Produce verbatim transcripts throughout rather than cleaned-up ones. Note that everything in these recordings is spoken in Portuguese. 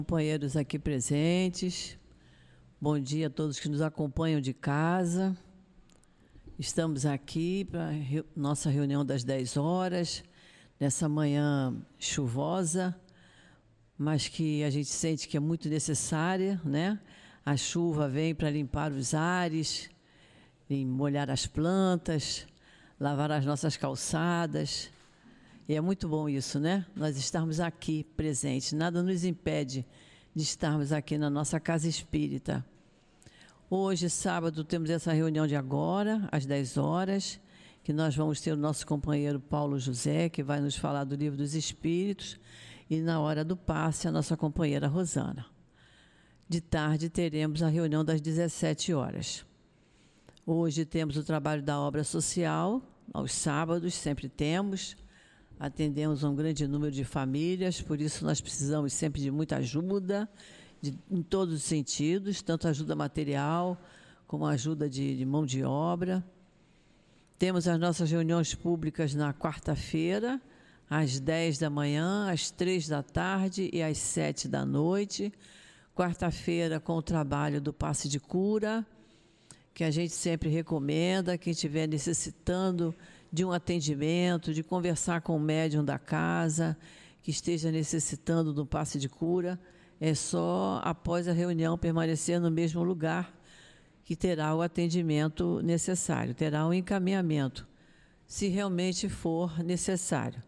Companheiros aqui presentes, bom dia a todos que nos acompanham de casa. Estamos aqui para a nossa reunião das dez horas, nessa manhã chuvosa, mas que a gente sente que é muito necessária, né? A chuva vem para limpar os ares, molhar as plantas, lavar as nossas calçadas. E é muito bom isso, né? Nós estarmos aqui presentes. Nada nos impede de estarmos aqui na nossa casa espírita. Hoje, sábado, temos essa reunião de agora, às dez horas, que nós vamos ter o nosso companheiro Paulo José, que vai nos falar do Livro dos Espíritos, e na hora do passe, a nossa companheira Rosana. De tarde, teremos a reunião das dezessete horas. Hoje temos o trabalho da obra social, aos sábados, sempre temos. Atendemos a um grande número de famílias, por isso nós precisamos sempre de muita ajuda, de, em todos os sentidos, tanto ajuda material, como ajuda de, de mão de obra. Temos as nossas reuniões públicas na quarta-feira, às dez da manhã, às três da tarde e às sete da noite. Quarta-feira com o trabalho do passe de cura, que a gente sempre recomenda, quem estiver necessitando de um atendimento, de conversar com o médium da casa, que esteja necessitando do passe de cura, é só após a reunião permanecer no mesmo lugar que terá o atendimento necessário, terá um encaminhamento, se realmente for necessário.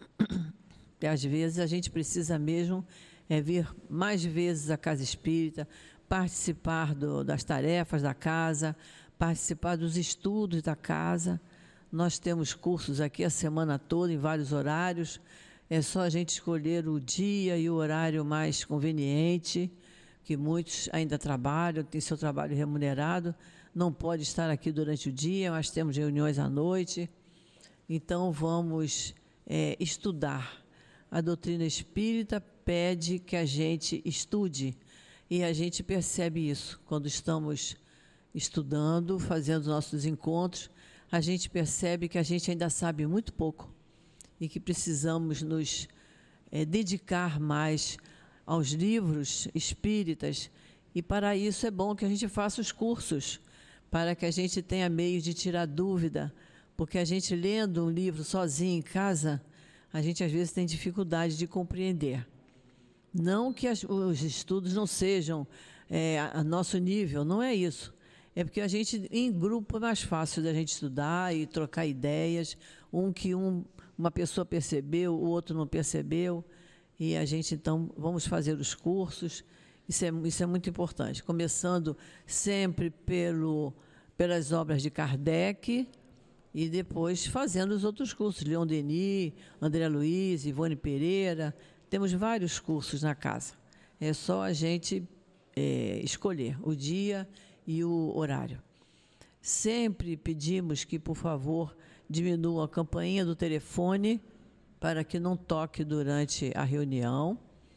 E às vezes a gente precisa mesmo é vir mais vezes à casa espírita, participar do, das tarefas da casa, participar dos estudos da casa. Nós temos cursos aqui a semana toda, em vários horários. É só a gente escolher o dia e o horário mais conveniente, que muitos ainda trabalham, têm seu trabalho remunerado, não pode estar aqui durante o dia, mas temos reuniões à noite. Então, vamos é, estudar. A doutrina espírita pede que a gente estude, e a gente percebe isso quando estamos estudando, fazendo nossos encontros. A gente percebe que a gente ainda sabe muito pouco e que precisamos nos é, dedicar mais aos livros espíritas, e para isso é bom que a gente faça os cursos, para que a gente tenha meios de tirar dúvida, porque a gente lendo um livro sozinho em casa, a gente às vezes tem dificuldade de compreender. Não que as, os estudos não sejam é, a, a nosso nível, não é isso. É porque a gente, em grupo, é mais fácil da gente estudar e trocar ideias, um que um, uma pessoa percebeu, o outro não percebeu, e a gente, então, vamos fazer os cursos, isso é, isso é muito importante, começando sempre pelo, pelas obras de Kardec, e depois fazendo os outros cursos, Leon Denis, André Luiz, Ivone Pereira, temos vários cursos na casa, é só a gente é, escolher o dia e o horário. Sempre pedimos que, por favor, diminuam a campainha do telefone para que não toque durante a reunião.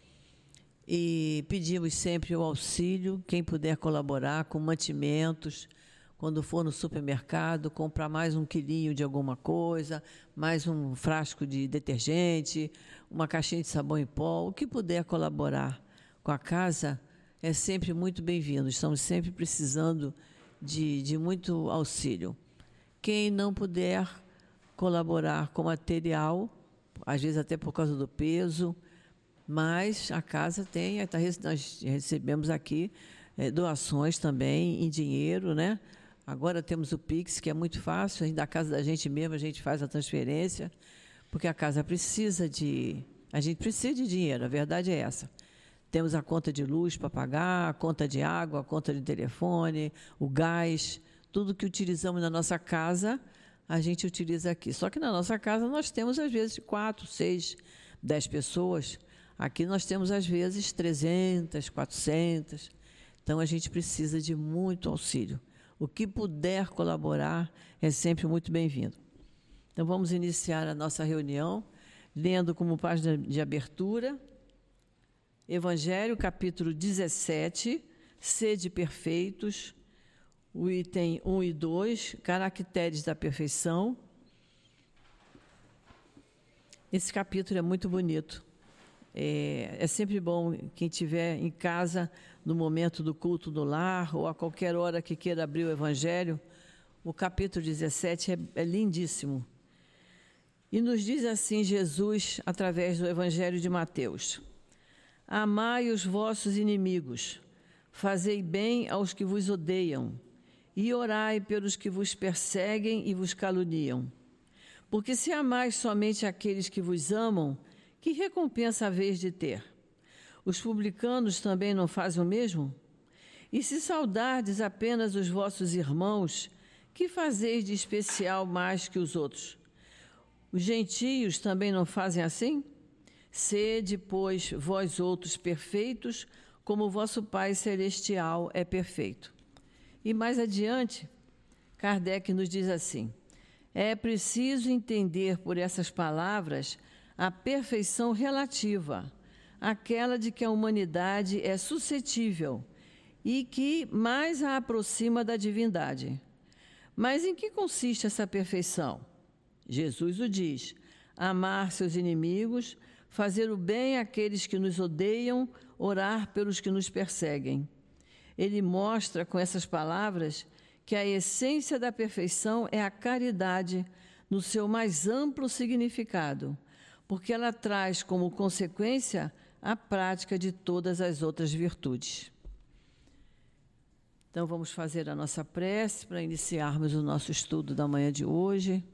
E pedimos sempre o auxílio, quem puder colaborar com mantimentos, quando for no supermercado, comprar mais um quilinho de alguma coisa, mais um frasco de detergente, uma caixinha de sabão em pó, o que puder colaborar com a casa, é sempre muito bem-vindo. Estamos sempre precisando de, de muito auxílio. Quem não puder colaborar com material, às vezes até por causa do peso, mas a casa tem, nós recebemos aqui é, doações também em dinheiro, né? Agora temos o Pix, que é muito fácil, da casa da gente mesmo a gente faz a transferência, porque a casa precisa de... A gente precisa de dinheiro, a verdade é essa. Temos a conta de luz para pagar, a conta de água, a conta de telefone, o gás, tudo que utilizamos na nossa casa, a gente utiliza aqui. Só que na nossa casa nós temos, às vezes, quatro, seis, dez pessoas. Aqui nós temos, às vezes, trezentas, quatrocentas. Então, a gente precisa de muito auxílio. O que puder colaborar é sempre muito bem-vindo. Então, vamos iniciar a nossa reunião, lendo como página de abertura... Evangelho, capítulo dezessete, Sede perfeitos, o item um e dois, Caracteres da perfeição. Esse capítulo é muito bonito. É, é sempre bom quem estiver em casa no momento do culto do lar ou a qualquer hora que queira abrir o Evangelho. O capítulo dezessete é, é lindíssimo. E nos diz assim Jesus, através do Evangelho de Mateus: amai os vossos inimigos, fazei bem aos que vos odeiam, e orai pelos que vos perseguem e vos caluniam. Porque se amais somente aqueles que vos amam, que recompensa haveis de ter? Os publicanos também não fazem o mesmo? E se saudardes apenas os vossos irmãos, que fazeis de especial mais que os outros? Os gentios também não fazem assim? Sede, pois, vós outros perfeitos, como o vosso Pai Celestial é perfeito. E mais adiante, Kardec nos diz assim: é preciso entender por essas palavras a perfeição relativa, aquela de que a humanidade é suscetível e que mais a aproxima da divindade. Mas em que consiste essa perfeição? Jesus o diz: amar seus inimigos, fazer o bem àqueles que nos odeiam, orar pelos que nos perseguem. Ele mostra com essas palavras que a essência da perfeição é a caridade no seu mais amplo significado, porque ela traz como consequência a prática de todas as outras virtudes. Então, vamos fazer a nossa prece para iniciarmos o nosso estudo da manhã de hoje.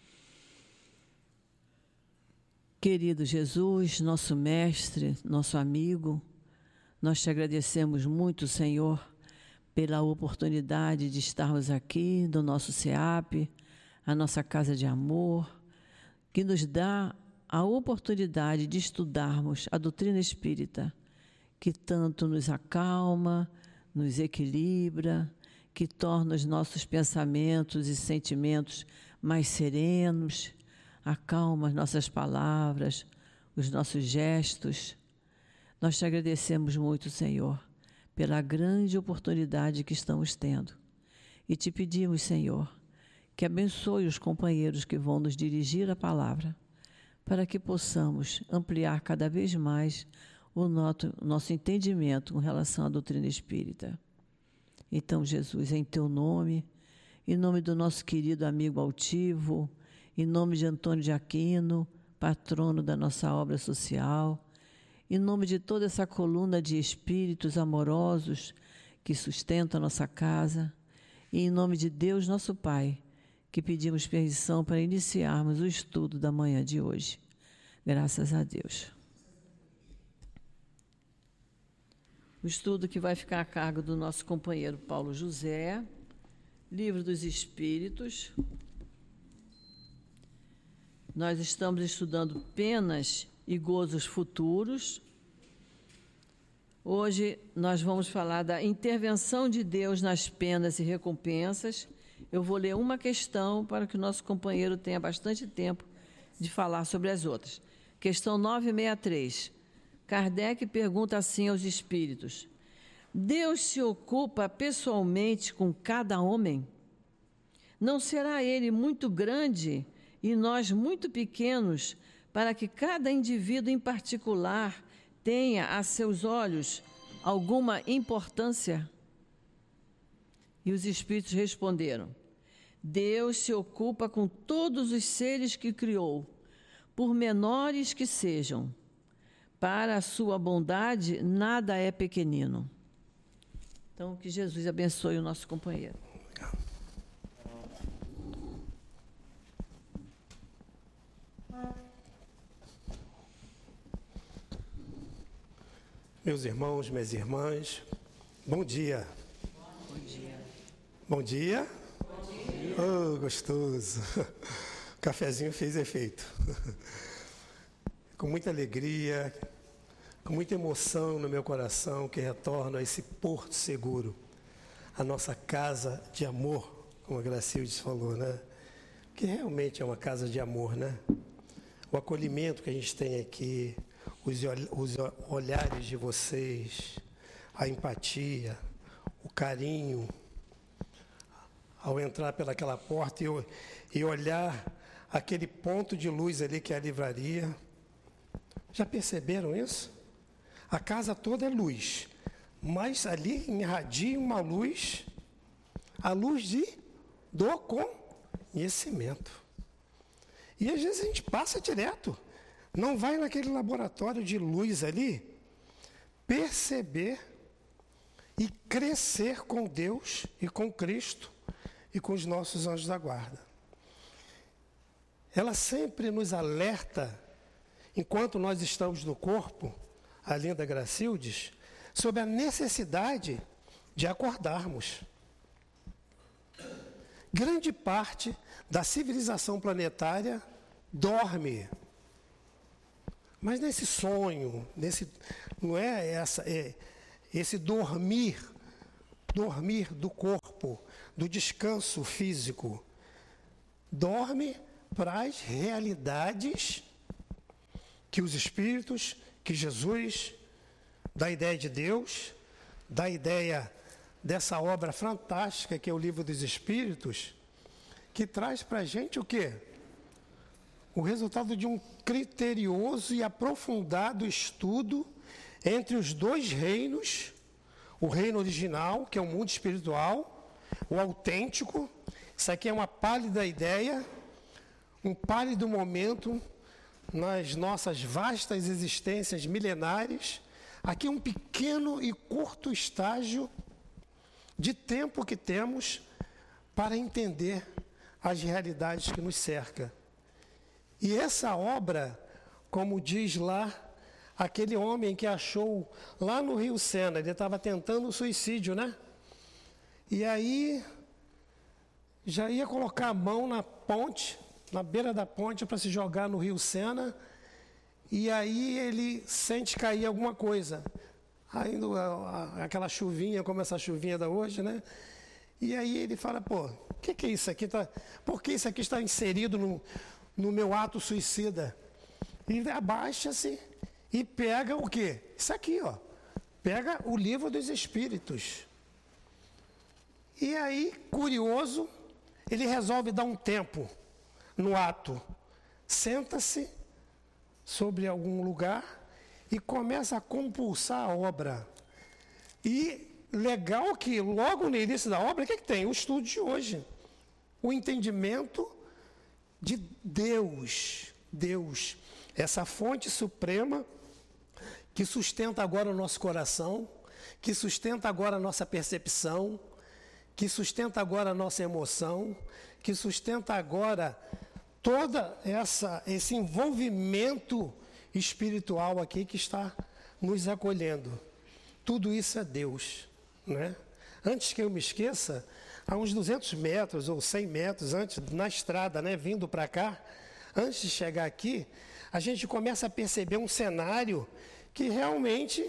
Querido Jesus, nosso mestre, nosso amigo, nós te agradecemos muito, Senhor, pela oportunidade de estarmos aqui no nosso C E A P, a nossa casa de amor, que nos dá a oportunidade de estudarmos a doutrina espírita, que tanto nos acalma, nos equilibra, que torna os nossos pensamentos e sentimentos mais serenos, acalma as nossas palavras, os nossos gestos. Nós te agradecemos muito, Senhor, pela grande oportunidade que estamos tendo. E te pedimos, Senhor, que abençoe os companheiros que vão nos dirigir a palavra, para que possamos ampliar cada vez mais o nosso, nosso entendimento com relação à doutrina espírita. Então, Jesus, em teu nome, em nome do nosso querido amigo altivo, em nome de Antônio de Aquino, patrono da nossa obra social, em nome de toda essa coluna de espíritos amorosos que sustentam a nossa casa, e em nome de Deus, nosso Pai, que pedimos permissão para iniciarmos o estudo da manhã de hoje. Graças a Deus. O estudo que vai ficar a cargo do nosso companheiro Paulo José, Livro dos Espíritos. Nós estamos estudando penas e gozos futuros. Hoje nós vamos falar da intervenção de Deus nas penas e recompensas. Eu vou ler uma questão para que o nosso companheiro tenha bastante tempo de falar sobre as outras. Questão novecentos e sessenta e três. Kardec pergunta assim aos espíritos: Deus se ocupa pessoalmente com cada homem? Não será ele muito grande e nós muito pequenos para que cada indivíduo em particular tenha a seus olhos alguma importância? E os espíritos responderam: Deus se ocupa com todos os seres que criou, por menores que sejam. Para a sua bondade, nada é pequenino. Então, que Jesus abençoe o nosso companheiro. Meus irmãos, minhas irmãs, bom dia. Bom dia. Bom dia? Bom dia. Oh, gostoso. O cafezinho fez efeito. Com muita alegria, com muita emoção no meu coração, que retorno a esse porto seguro, a nossa casa de amor, como a Gracildes falou, né? Que realmente é uma casa de amor, né? O acolhimento que a gente tem aqui, os, os olhares de vocês, a empatia, o carinho, ao entrar pelaquela porta e, e olhar aquele ponto de luz ali que é a livraria, Já perceberam isso? A casa toda é luz, mas ali irradia uma luz, a luz de, do conhecimento. E às vezes a gente passa direto, não vai naquele laboratório de luz ali, perceber e crescer com Deus e com Cristo e com os nossos anjos da guarda. Ela sempre nos alerta, enquanto nós estamos no corpo, a Linda Gracildes, sobre a necessidade de acordarmos. Grande parte da civilização planetária dorme. Mas nesse sonho, nesse, não é, essa, é esse dormir, dormir do corpo, do descanso físico, dorme para as realidades que os Espíritos, que Jesus, da ideia de Deus, da ideia dessa obra fantástica que é o Livro dos Espíritos, que traz para a gente o quê? O resultado de um criterioso e aprofundado estudo entre os dois reinos, o reino original, que é o mundo espiritual, o autêntico. Isso aqui é uma pálida ideia, um pálido momento nas nossas vastas existências milenares. Aqui um pequeno e curto estágio de tempo que temos para entender as realidades que nos cercam. E essa obra, como diz lá, aquele homem que achou lá no Rio Sena, ele estava tentando o suicídio, né? E aí, já ia colocar a mão na ponte, na beira da ponte, para se jogar no Rio Sena, e aí ele sente cair alguma coisa. Aí, no, a, aquela chuvinha, como essa chuvinha da hoje, né? E aí ele fala, pô, o que, que é isso aqui? Tá, por que isso aqui está inserido no... no meu ato suicida? E abaixa-se e pega o quê? Isso aqui, ó. Pega o Livro dos Espíritos. E aí, curioso, ele resolve dar um tempo no ato. Senta-se sobre algum lugar e começa a compulsar a obra. E legal que logo no início da obra, o que, é que tem? O estudo de hoje. O entendimento de Deus, Deus, essa fonte suprema que sustenta agora o nosso coração, que sustenta agora a nossa percepção, que sustenta agora a nossa emoção, que sustenta agora toda essa esse envolvimento espiritual aqui que está nos acolhendo. Tudo isso é Deus, né? Antes que eu me esqueça, a uns duzentos metros ou cem metros antes, na estrada, né, vindo para cá, antes de chegar aqui, a gente começa a perceber um cenário que realmente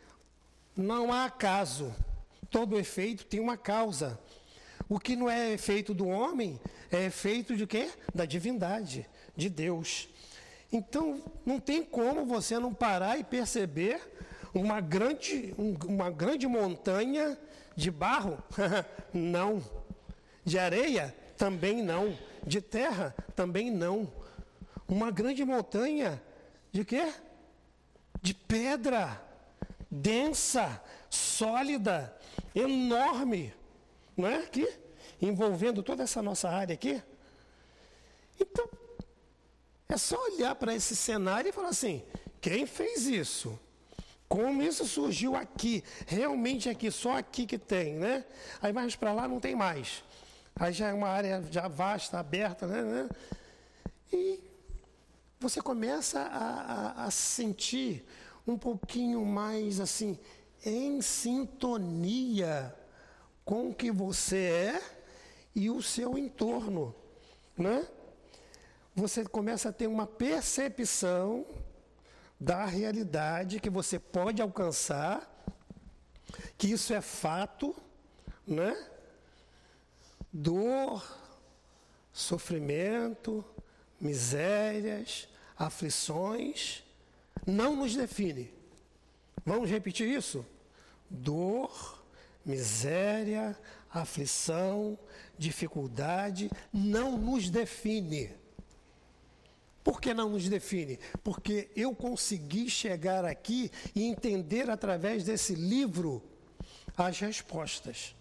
não há acaso. Todo efeito tem uma causa. O que não é efeito do homem é efeito de quê? Da divindade, de Deus. Então, não tem como você não parar e perceber uma grande, um, uma grande montanha de barro? Não. De areia? Também não. De terra? Também não. Uma grande montanha de quê? De pedra, densa, sólida, enorme, não é? Aqui, envolvendo toda essa nossa área aqui. Então, é só olhar para esse cenário e falar assim, quem fez isso? Como isso surgiu aqui, realmente aqui, só aqui que tem, né? Aí mais para lá não tem mais. Aí já é uma área já vasta, aberta, né? E você começa a, a, a sentir um pouquinho mais assim, em sintonia com o que você é e o seu entorno, né? Você começa a ter uma percepção da realidade que você pode alcançar, que isso é fato, né? Dor, sofrimento, misérias, aflições, não nos define. Vamos repetir isso? Dor, miséria, aflição, dificuldade, não nos define. Por que não nos define? Porque eu consegui chegar aqui e entender através desse livro as respostas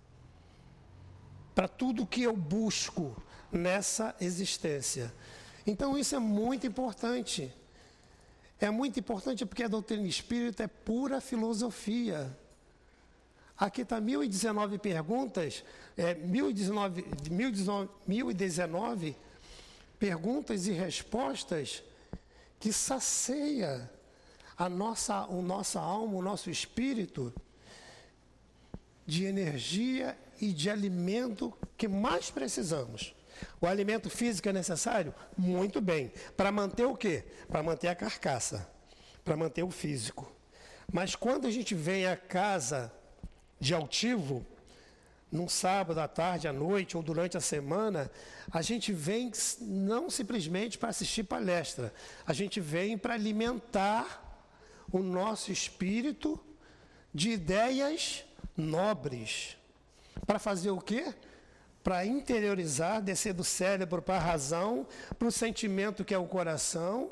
para tudo que eu busco nessa existência. Então isso é muito importante. É muito importante porque a doutrina espírita é pura filosofia. Aqui está mil e dezenove perguntas, é, mil e dezenove, mil e dezenove, mil e dezenove perguntas e respostas que sacia a nossa, a nossa alma, o nosso espírito de energia e de alimento que mais precisamos. O alimento físico é necessário? Muito bem. Para manter o quê? Para manter a carcaça, para manter o físico. Mas quando a gente vem à casa de altivo, num sábado à tarde, à noite ou durante a semana, a gente vem não simplesmente para assistir palestra, a gente vem para alimentar o nosso espírito de ideias nobres. Para fazer o quê? Para interiorizar, descer do cérebro para a razão, para o sentimento que é o coração.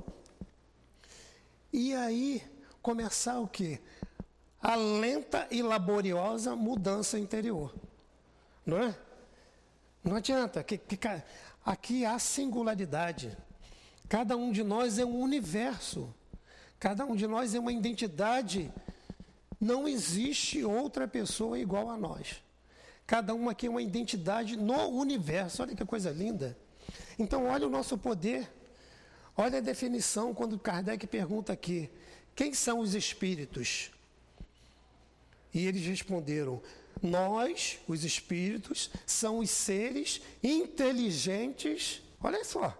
E aí começar o quê? A lenta e laboriosa mudança interior. Não é? Não adianta. Que, que, aqui há singularidade. Cada um de nós é um universo. Cada um de nós é uma identidade. Não existe outra pessoa igual a nós. Cada um aqui é uma identidade no universo. Olha que coisa linda. Então, olha o nosso poder. Olha a definição quando Kardec pergunta aqui: quem são os espíritos? E eles responderam: nós, os espíritos, são os seres inteligentes, olha só,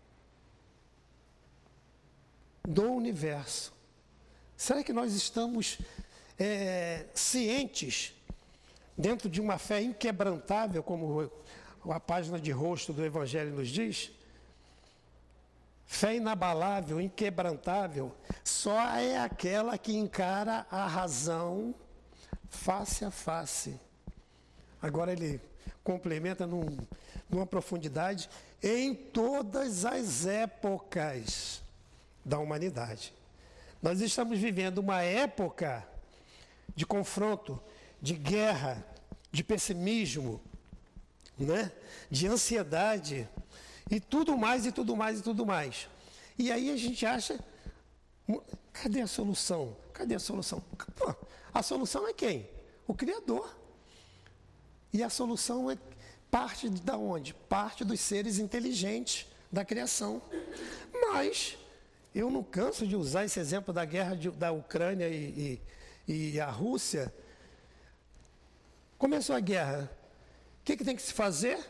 do universo. Será que nós estamos é, cientes, dentro de uma fé inquebrantável, como a página de rosto do Evangelho nos diz? Fé inabalável, inquebrantável, só é aquela que encara a razão face a face. Agora ele complementa num, numa profundidade: em todas as épocas da humanidade. Nós estamos vivendo uma época de confronto, de guerra, de pessimismo, né? De ansiedade, e tudo mais, e tudo mais, e tudo mais. E aí a gente acha: cadê a solução? Cadê a solução? Pô, a solução é quem? O Criador. E a solução é parte de onde? Parte dos seres inteligentes da criação. Mas eu não canso de usar esse exemplo da guerra de, da Ucrânia e, e, e a Rússia. Começou a guerra. O que, que tem que se fazer?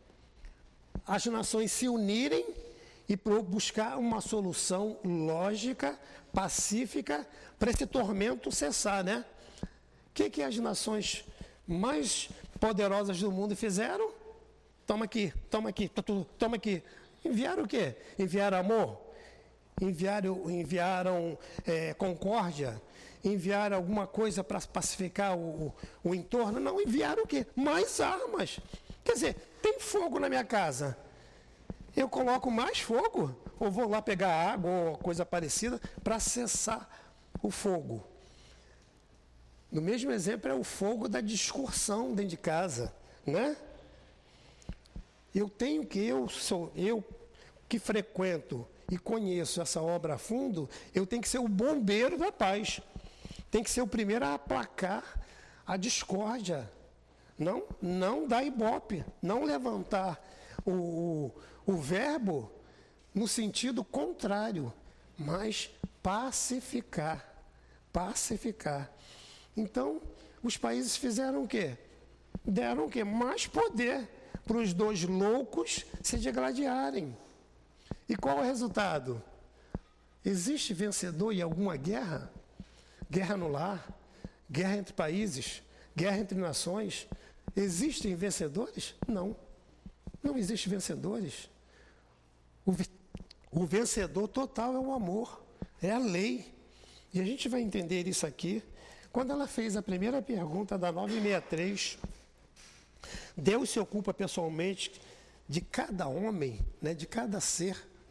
As nações se unirem e buscar uma solução lógica, pacífica, para esse tormento cessar, né? O que, que as nações mais poderosas do mundo fizeram? Toma aqui, toma aqui, toma aqui. Enviaram o quê? Enviaram amor? Enviaram, enviaram é, concórdia? Enviaram alguma coisa para pacificar o, o, o entorno? Não, enviaram o quê? Mais armas. Quer dizer, tem fogo na minha casa. Eu coloco mais fogo? Ou vou lá pegar água ou coisa parecida para cessar o fogo? No mesmo exemplo é o fogo da discussão dentro de casa, né? Eu tenho que, eu sou, eu que frequento e conheço essa obra a fundo, eu tenho que ser o bombeiro da paz. Tem que ser o primeiro a aplacar a discórdia. Não, não dar ibope, não levantar o, o, o verbo no sentido contrário, mas pacificar, pacificar. Então, os países fizeram o quê? Deram o quê? Mais poder para os dois loucos se degladiarem. E qual é o resultado? Existe vencedor em alguma guerra? Guerra no lar, guerra entre países, guerra entre nações. Existem vencedores? Não. Não existem vencedores. O, o vencedor total é o amor, é a lei. E a gente vai entender isso aqui quando ela fez a primeira pergunta da novecentos e sessenta e três. Deus se ocupa pessoalmente de cada homem, né, de cada ser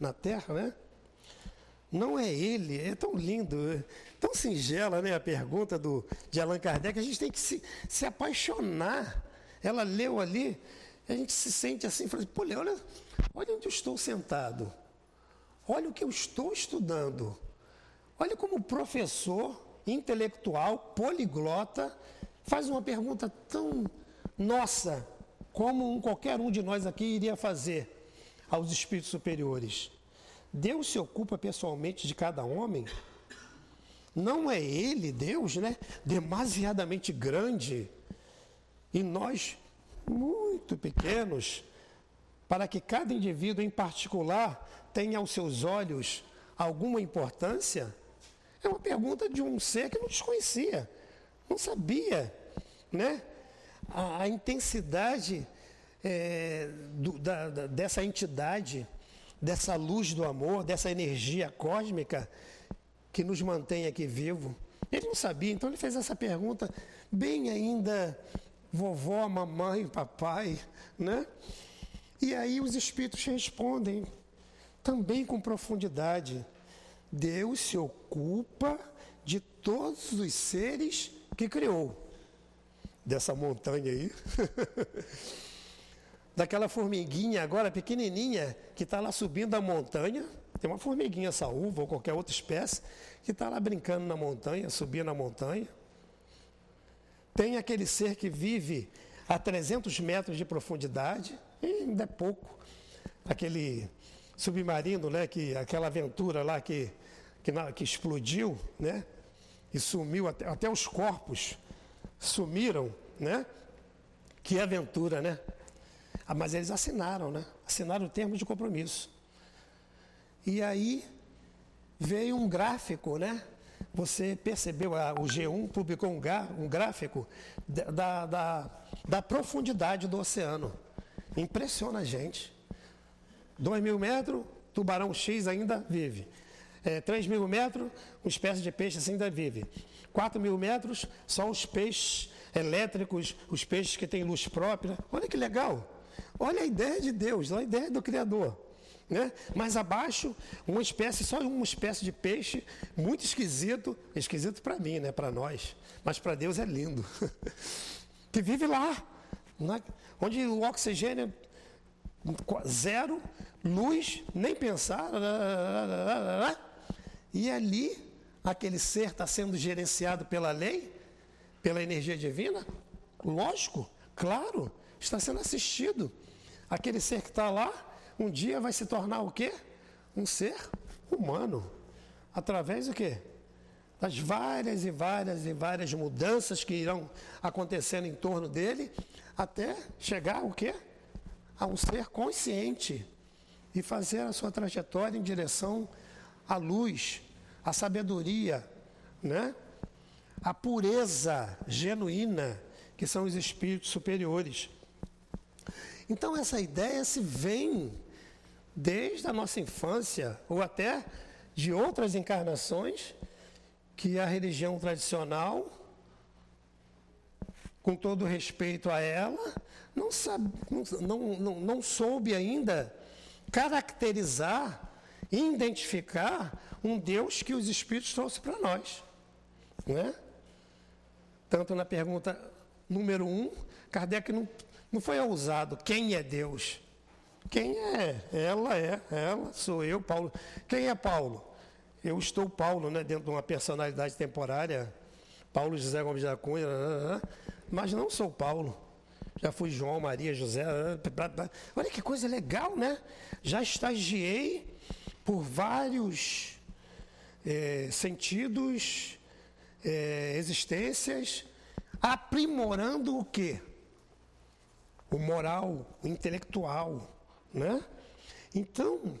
na Terra, né? Não é ele, é tão lindo, tão singela, né, a pergunta do, de Allan Kardec, a gente tem que se, se apaixonar. Ela leu ali, a gente se sente assim, fala assim, pô, olha, olha onde eu estou sentado, olha o que eu estou estudando, olha como o professor intelectual, poliglota, faz uma pergunta tão nossa, como um, qualquer um de nós aqui iria fazer aos espíritos superiores. Deus se ocupa pessoalmente de cada homem? Não é ele, Deus, né? Demasiadamente grande e nós muito pequenos para que cada indivíduo em particular tenha aos seus olhos alguma importância? É uma pergunta de um ser que não desconhecia, não sabia, né? A, a intensidade é, do, da, da, dessa entidade, dessa luz do amor, dessa energia cósmica que nos mantém aqui vivo. Ele não sabia, então ele fez essa pergunta bem ainda vovó, mamãe, papai, né? E aí os espíritos respondem também com profundidade. Deus se ocupa de todos os seres que criou. Dessa montanha aí. Daquela formiguinha agora pequenininha que está lá subindo a montanha. Tem uma formiguinha saúva ou qualquer outra espécie que está lá brincando na montanha, subindo a montanha. Tem aquele ser que vive a trezentos metros de profundidade, e ainda é pouco. Aquele submarino, né, que, aquela aventura lá que, que, na, que explodiu, né, e sumiu, até, até os corpos sumiram, né? Que aventura, né? Ah, mas eles assinaram, né? Assinaram o termo de compromisso. E aí veio um gráfico, né? Você percebeu, a, o G um publicou um, ga, um gráfico da, da, da profundidade do oceano. Impressiona a gente. Dois mil metros, tubarão X ainda vive. É, três mil metros, uma espécie de peixe ainda vive. Quatro mil metros, só os peixes elétricos, os peixes que têm luz própria. Olha que legal. Olha a ideia de Deus, olha a ideia do Criador. Né? Mais abaixo, uma espécie, só uma espécie de peixe muito esquisito, esquisito para mim, né? Para nós, mas para Deus é lindo, que vive lá, né? Onde o oxigênio zero, luz, nem pensar, e ali aquele ser está sendo gerenciado pela lei, pela energia divina, lógico, claro, está sendo assistido. Aquele ser que está lá um dia vai se tornar o quê? Um ser humano. Através do quê? Das várias e várias e várias mudanças que irão acontecendo em torno dele, até chegar o quê? A um ser consciente e fazer a sua trajetória em direção à luz, à sabedoria, né? A pureza genuína, que são os espíritos superiores. Então essa ideia se vem desde a nossa infância, ou até de outras encarnações, que a religião tradicional, com todo respeito a ela, não, sabe, não, não, não soube ainda caracterizar e identificar um Deus que os Espíritos trouxeram para nós. Né? Tanto na pergunta número um, Kardec não, não foi ousado. Quem é Deus? Quem é? Ela é, ela, sou eu, Paulo. Quem é Paulo? Eu estou Paulo, né, dentro de uma personalidade temporária, Paulo José Gomes da Cunha, mas não sou Paulo. Já fui João, Maria, José. Olha que coisa legal, né? Já estagiei por vários é, sentidos, é, existências, aprimorando o quê? O moral, o intelectual, né? Então,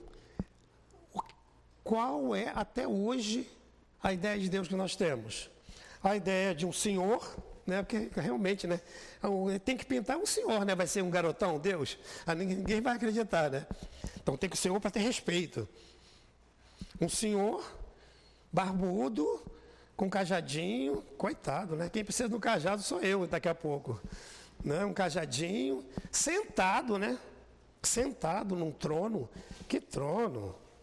qual é até hoje a ideia de Deus que nós temos? A ideia de um senhor, né? Porque realmente, né? Tem que pintar um senhor, né? Vai ser um garotão, Deus? Ninguém vai acreditar, né? Então tem que ser um senhor para ter respeito. Um senhor barbudo, com cajadinho, coitado, né? Quem precisa do cajado sou eu daqui a pouco. Né? Um cajadinho, sentado, né? Sentado num trono. Que trono?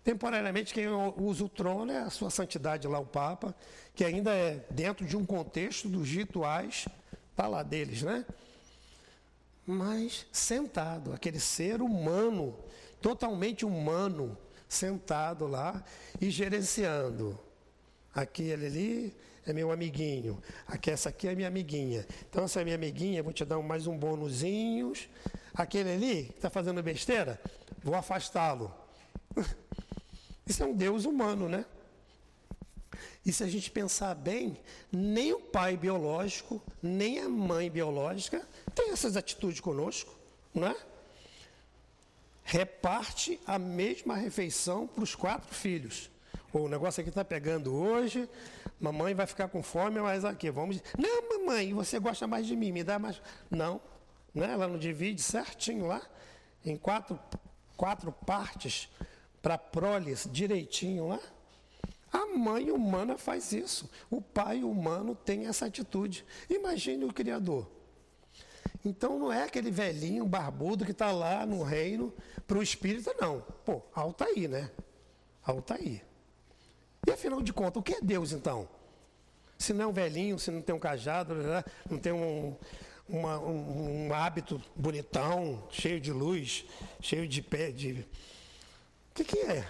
Temporariamente, quem usa o trono é a sua santidade lá, o Papa, que ainda é dentro de um contexto dos rituais, está lá deles, né? Mas sentado, aquele ser humano, totalmente humano, sentado lá e gerenciando. Aquele ali é meu amiguinho, aqui, essa aqui é minha amiguinha. Então, essa é minha amiguinha, vou te dar mais um bônusinho. Aquele ali que está fazendo besteira, vou afastá-lo. Isso é um Deus humano, né? E se a gente pensar bem, nem o pai biológico, nem a mãe biológica tem essas atitudes conosco, não é? Reparte a mesma refeição para os quatro filhos. O negócio aqui está pegando hoje, mamãe vai ficar com fome, mas aqui, vamos... Não, mamãe, você gosta mais de mim, me dá mais... Não, né? Ela não divide certinho lá, em quatro, quatro partes, para a prole direitinho lá. A mãe humana faz isso. O pai humano tem essa atitude. Imagine o Criador. Então não é aquele velhinho barbudo que está lá no reino para o espírito, não. Pô, Altair, né? Altair. E afinal de contas, o que é Deus então? Se não é um velhinho, se não tem um cajado, não tem um, uma, um, um hábito bonitão, cheio de luz, cheio de pé, de... O que, que é?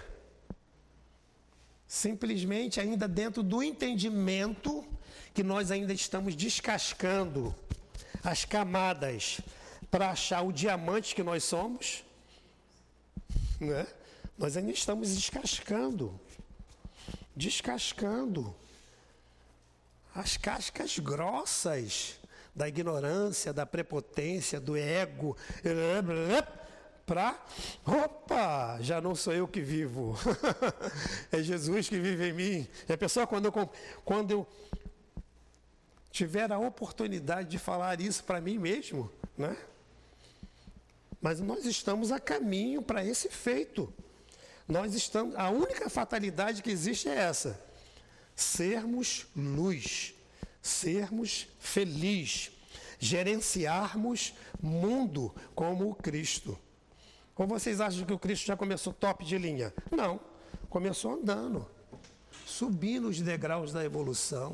Simplesmente ainda dentro do entendimento que nós ainda estamos descascando as camadas para achar o diamante que nós somos, né? Nós ainda estamos descascando, descascando as cascas grossas da ignorância, da prepotência, do ego, para, opa, já não sou eu que vivo, é Jesus que vive em mim. E a pessoa, quando eu, quando eu tiver a oportunidade de falar isso para mim mesmo, né? Mas nós estamos a caminho para esse feito. Nós estamos, a única fatalidade que existe é essa: sermos luz, sermos felizes, gerenciarmos mundo como o Cristo. Ou vocês acham que o Cristo já começou top de linha? Não, começou andando, subindo os degraus da evolução.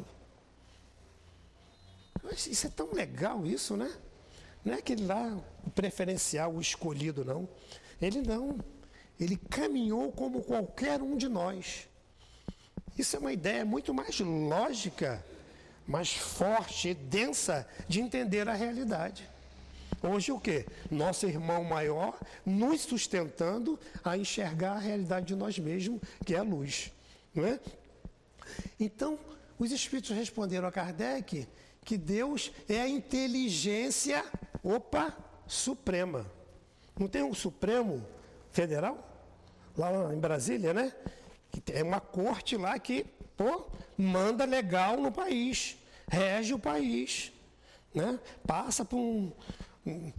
Mas isso é tão legal isso, né? Não é aquele lá, o preferencial, o escolhido, não. Ele não. Ele caminhou como qualquer um de nós. Isso é uma ideia muito mais lógica, mais forte e densa de entender a realidade. Hoje o quê? Nosso irmão maior nos sustentando a enxergar a realidade de nós mesmos, que é a luz. Não é? Então, os espíritos responderam a Kardec que Deus é a inteligência, opa, suprema. Não tem um Supremo Federal? Lá em Brasília, né? Que tem uma corte lá que, pô, manda legal no país, rege o país, né? Passa por um... um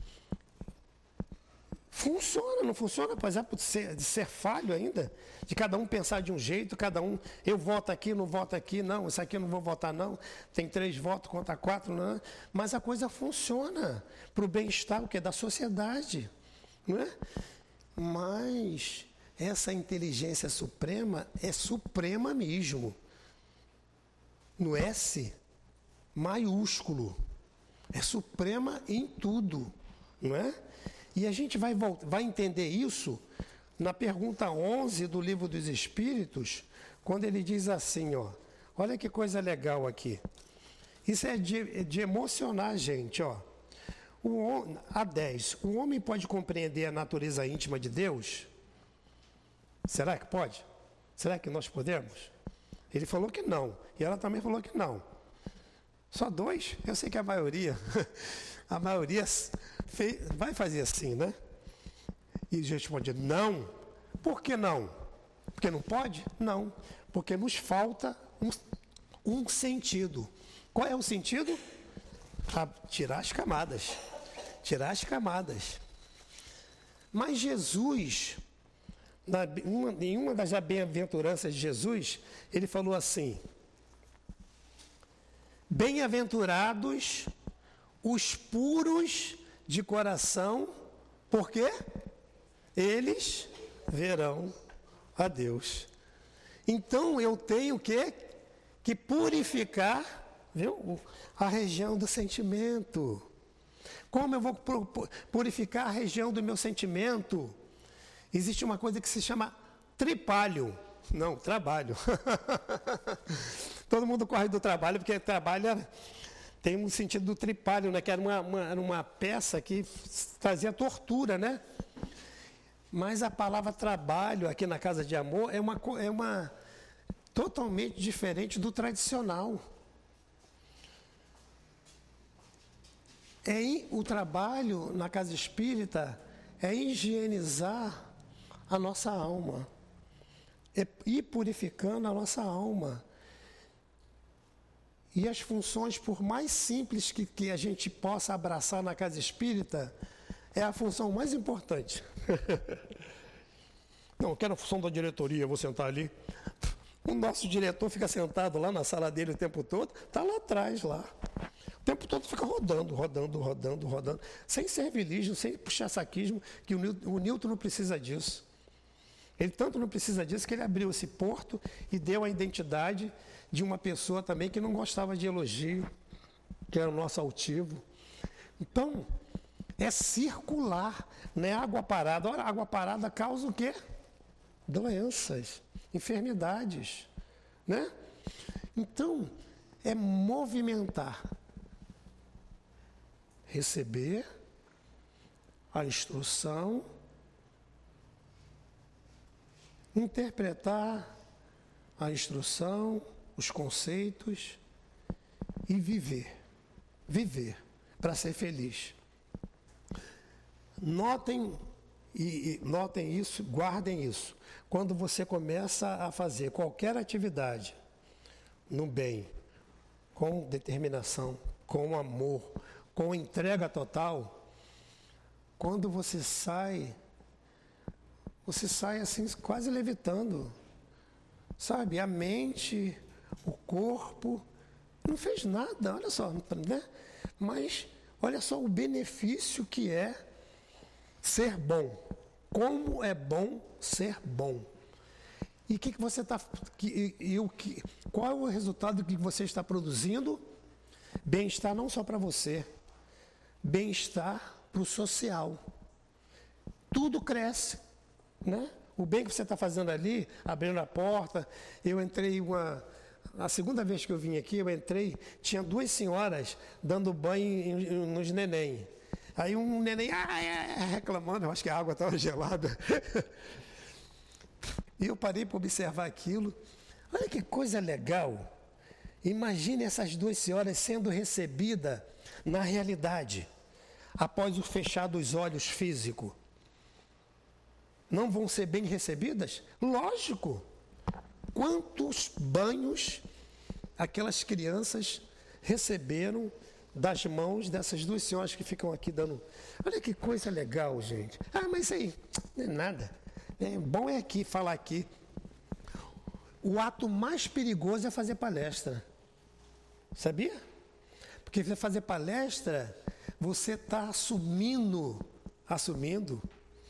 funciona, não funciona, apesar de ser, de ser falho ainda, de cada um pensar de um jeito, cada um, eu voto aqui, não voto aqui, não, isso aqui eu não vou votar não, tem três votos contra quatro, não, mas a coisa funciona para o bem-estar, o que? Da sociedade, não é? Mas essa inteligência suprema é suprema mesmo, no S maiúsculo, é suprema em tudo, não é? E a gente vai, vai entender isso na pergunta onze do Livro dos Espíritos, quando ele diz assim, ó, olha que coisa legal aqui. Isso é de, de emocionar a gente, ó. O, a dez, o homem pode compreender a natureza íntima de Deus? Será que pode? Será que nós podemos? Ele falou que não, e ela também falou que não. Só dois? Eu sei que a maioria, a maioria fez, vai fazer assim, né? E responde, não. Por que não? Porque não pode? Não. Porque nos falta um, um sentido. Qual é o sentido? A tirar as camadas. Tirar as camadas. Mas Jesus, na, uma, em uma das bem-aventuranças de Jesus, ele falou assim: bem-aventurados os puros de coração, por quê? Eles verão a Deus. Então eu tenho que, que purificar, viu, a região do sentimento. Como eu vou purificar a região do meu sentimento? Existe uma coisa que se chama tripalho. Não, trabalho. Todo mundo corre do trabalho, porque trabalha tem um sentido do tripalho, né? Que era uma, uma, era uma peça que trazia tortura, né? Mas a palavra trabalho aqui na Casa de Amor é uma, é uma totalmente diferente do tradicional. É o trabalho na Casa Espírita é higienizar a nossa alma, é ir purificando a nossa alma. E as funções, por mais simples que, que a gente possa abraçar na Casa Espírita, é a função mais importante. Não, eu quero a função da diretoria, eu vou sentar ali. O nosso diretor fica sentado lá na sala dele o tempo todo, está lá atrás, lá. O tempo todo fica rodando, rodando, rodando, rodando, sem servilismo, sem puxar saquismo, que o Newton, o Newton não precisa disso. Ele tanto não precisa disso que ele abriu esse porto e deu a identidade de uma pessoa também que não gostava de elogio, que era o nosso altivo. Então, é circular, não é água parada. Ora, água parada causa o quê? Doenças, enfermidades, né? Então, é movimentar, receber a instrução, interpretar a instrução, os conceitos e viver, viver para ser feliz. Notem, e, e, notem isso, guardem isso. Quando você começa a fazer qualquer atividade no bem, com determinação, com amor, com entrega total, quando você sai, você sai assim quase levitando, sabe? A mente, o corpo, não fez nada, olha só, né? Mas olha só o benefício que é ser bom. Como é bom ser bom. E o que, que você está. E, e o que, qual é o resultado que você está produzindo? Bem-estar não só para você, bem-estar para o social. Tudo cresce, né? O bem que você está fazendo ali, abrindo a porta. Eu entrei uma. A segunda vez que eu vim aqui, eu entrei, tinha duas senhoras dando banho nos neném. Aí um neném ah, é, reclamando, eu acho que a água estava gelada. E eu parei para observar aquilo. Olha que coisa legal. Imagine essas duas senhoras sendo recebidas na realidade, após o fechar dos olhos físico. Não vão ser bem recebidas? Lógico. Quantos banhos aquelas crianças receberam das mãos dessas duas senhoras que ficam aqui dando... Olha que coisa legal, gente. Ah, mas isso aí não é nada. É, bom é aqui, falar aqui. O ato mais perigoso é fazer palestra. Sabia? Porque você fazer palestra, você está assumindo, assumindo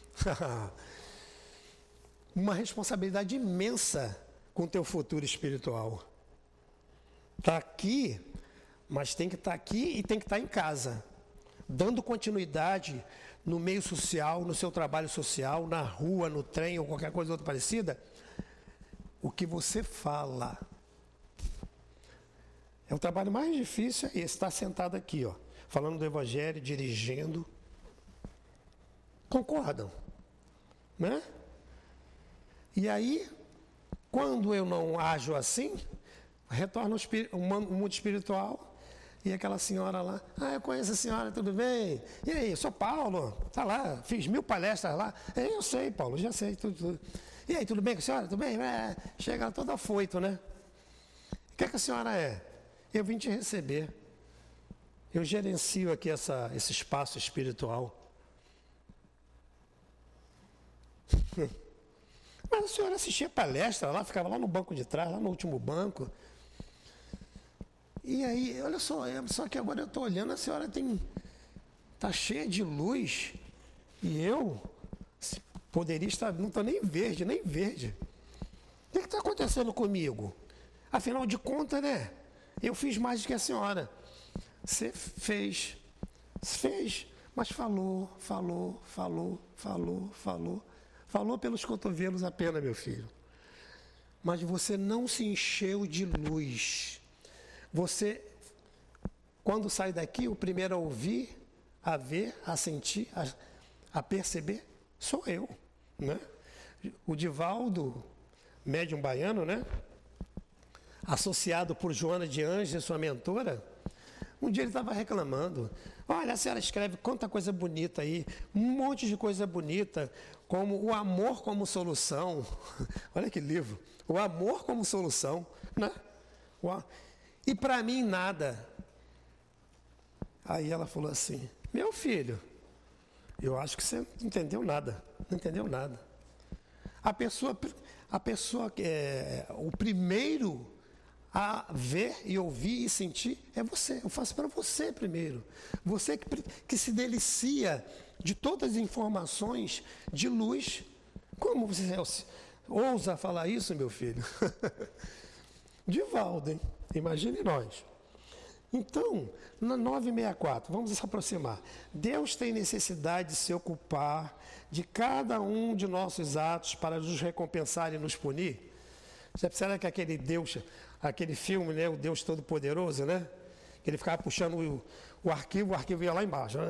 uma responsabilidade imensa com o teu futuro espiritual. Está aqui, mas tem que estar tá aqui e tem que estar tá em casa, dando continuidade no meio social, no seu trabalho social, na rua, no trem ou qualquer coisa outra parecida. O que você fala é o trabalho mais difícil, é esse, estar sentado aqui, ó, falando do Evangelho, dirigindo. Concordam? Né? E aí, quando eu não ajo assim, retorno ao mundo espiritual e aquela senhora lá, ah, eu conheço a senhora, tudo bem? E aí, sou Paulo, tá lá, fiz mil palestras lá. É, eu sei, Paulo, já sei, tudo, tudo. E aí, tudo bem com a senhora? Tudo bem? É, chega toda afoito, né? O que, é que a senhora é? Eu vim te receber. Eu gerencio aqui essa, esse espaço espiritual. Mas a senhora assistia palestra lá, ficava lá no banco de trás, lá no último banco. E aí, olha só, só que agora eu estou olhando, a senhora tem está cheia de luz, e eu poderia estar, não estou nem verde, nem verde. O que está acontecendo comigo? Afinal de contas, né? Eu fiz mais do que a senhora. Você fez, fez, mas falou, falou, falou, falou, falou. Falou pelos cotovelos apenas, meu filho. Mas você não se encheu de luz. Você, quando sai daqui, o primeiro a ouvir, a ver, a sentir, a, a perceber, sou eu, né? O Divaldo, médium baiano, né? Associado por Joana de Anjos, sua mentora, um dia ele estava reclamando. Olha, a senhora escreve quanta coisa bonita aí, um monte de coisa bonita, como o amor como solução. Olha que livro. O amor como solução, né? E para mim nada. Aí ela falou assim, meu filho, eu acho que você não entendeu nada, não entendeu nada. A pessoa, a pessoa que é o primeiro a ver e ouvir e sentir é você. Eu faço para você primeiro. Você que, que se delicia de todas as informações de luz. Como você ousa falar isso, meu filho? Divaldo, hein? Imagine nós. Então, na novecentos e sessenta e quatro, vamos se aproximar. Deus tem necessidade de se ocupar de cada um de nossos atos para nos recompensar e nos punir? Você percebe que aquele Deus, aquele filme, né, o Deus Todo-Poderoso, né? Que ele ficava puxando o, o arquivo, o arquivo ia lá embaixo.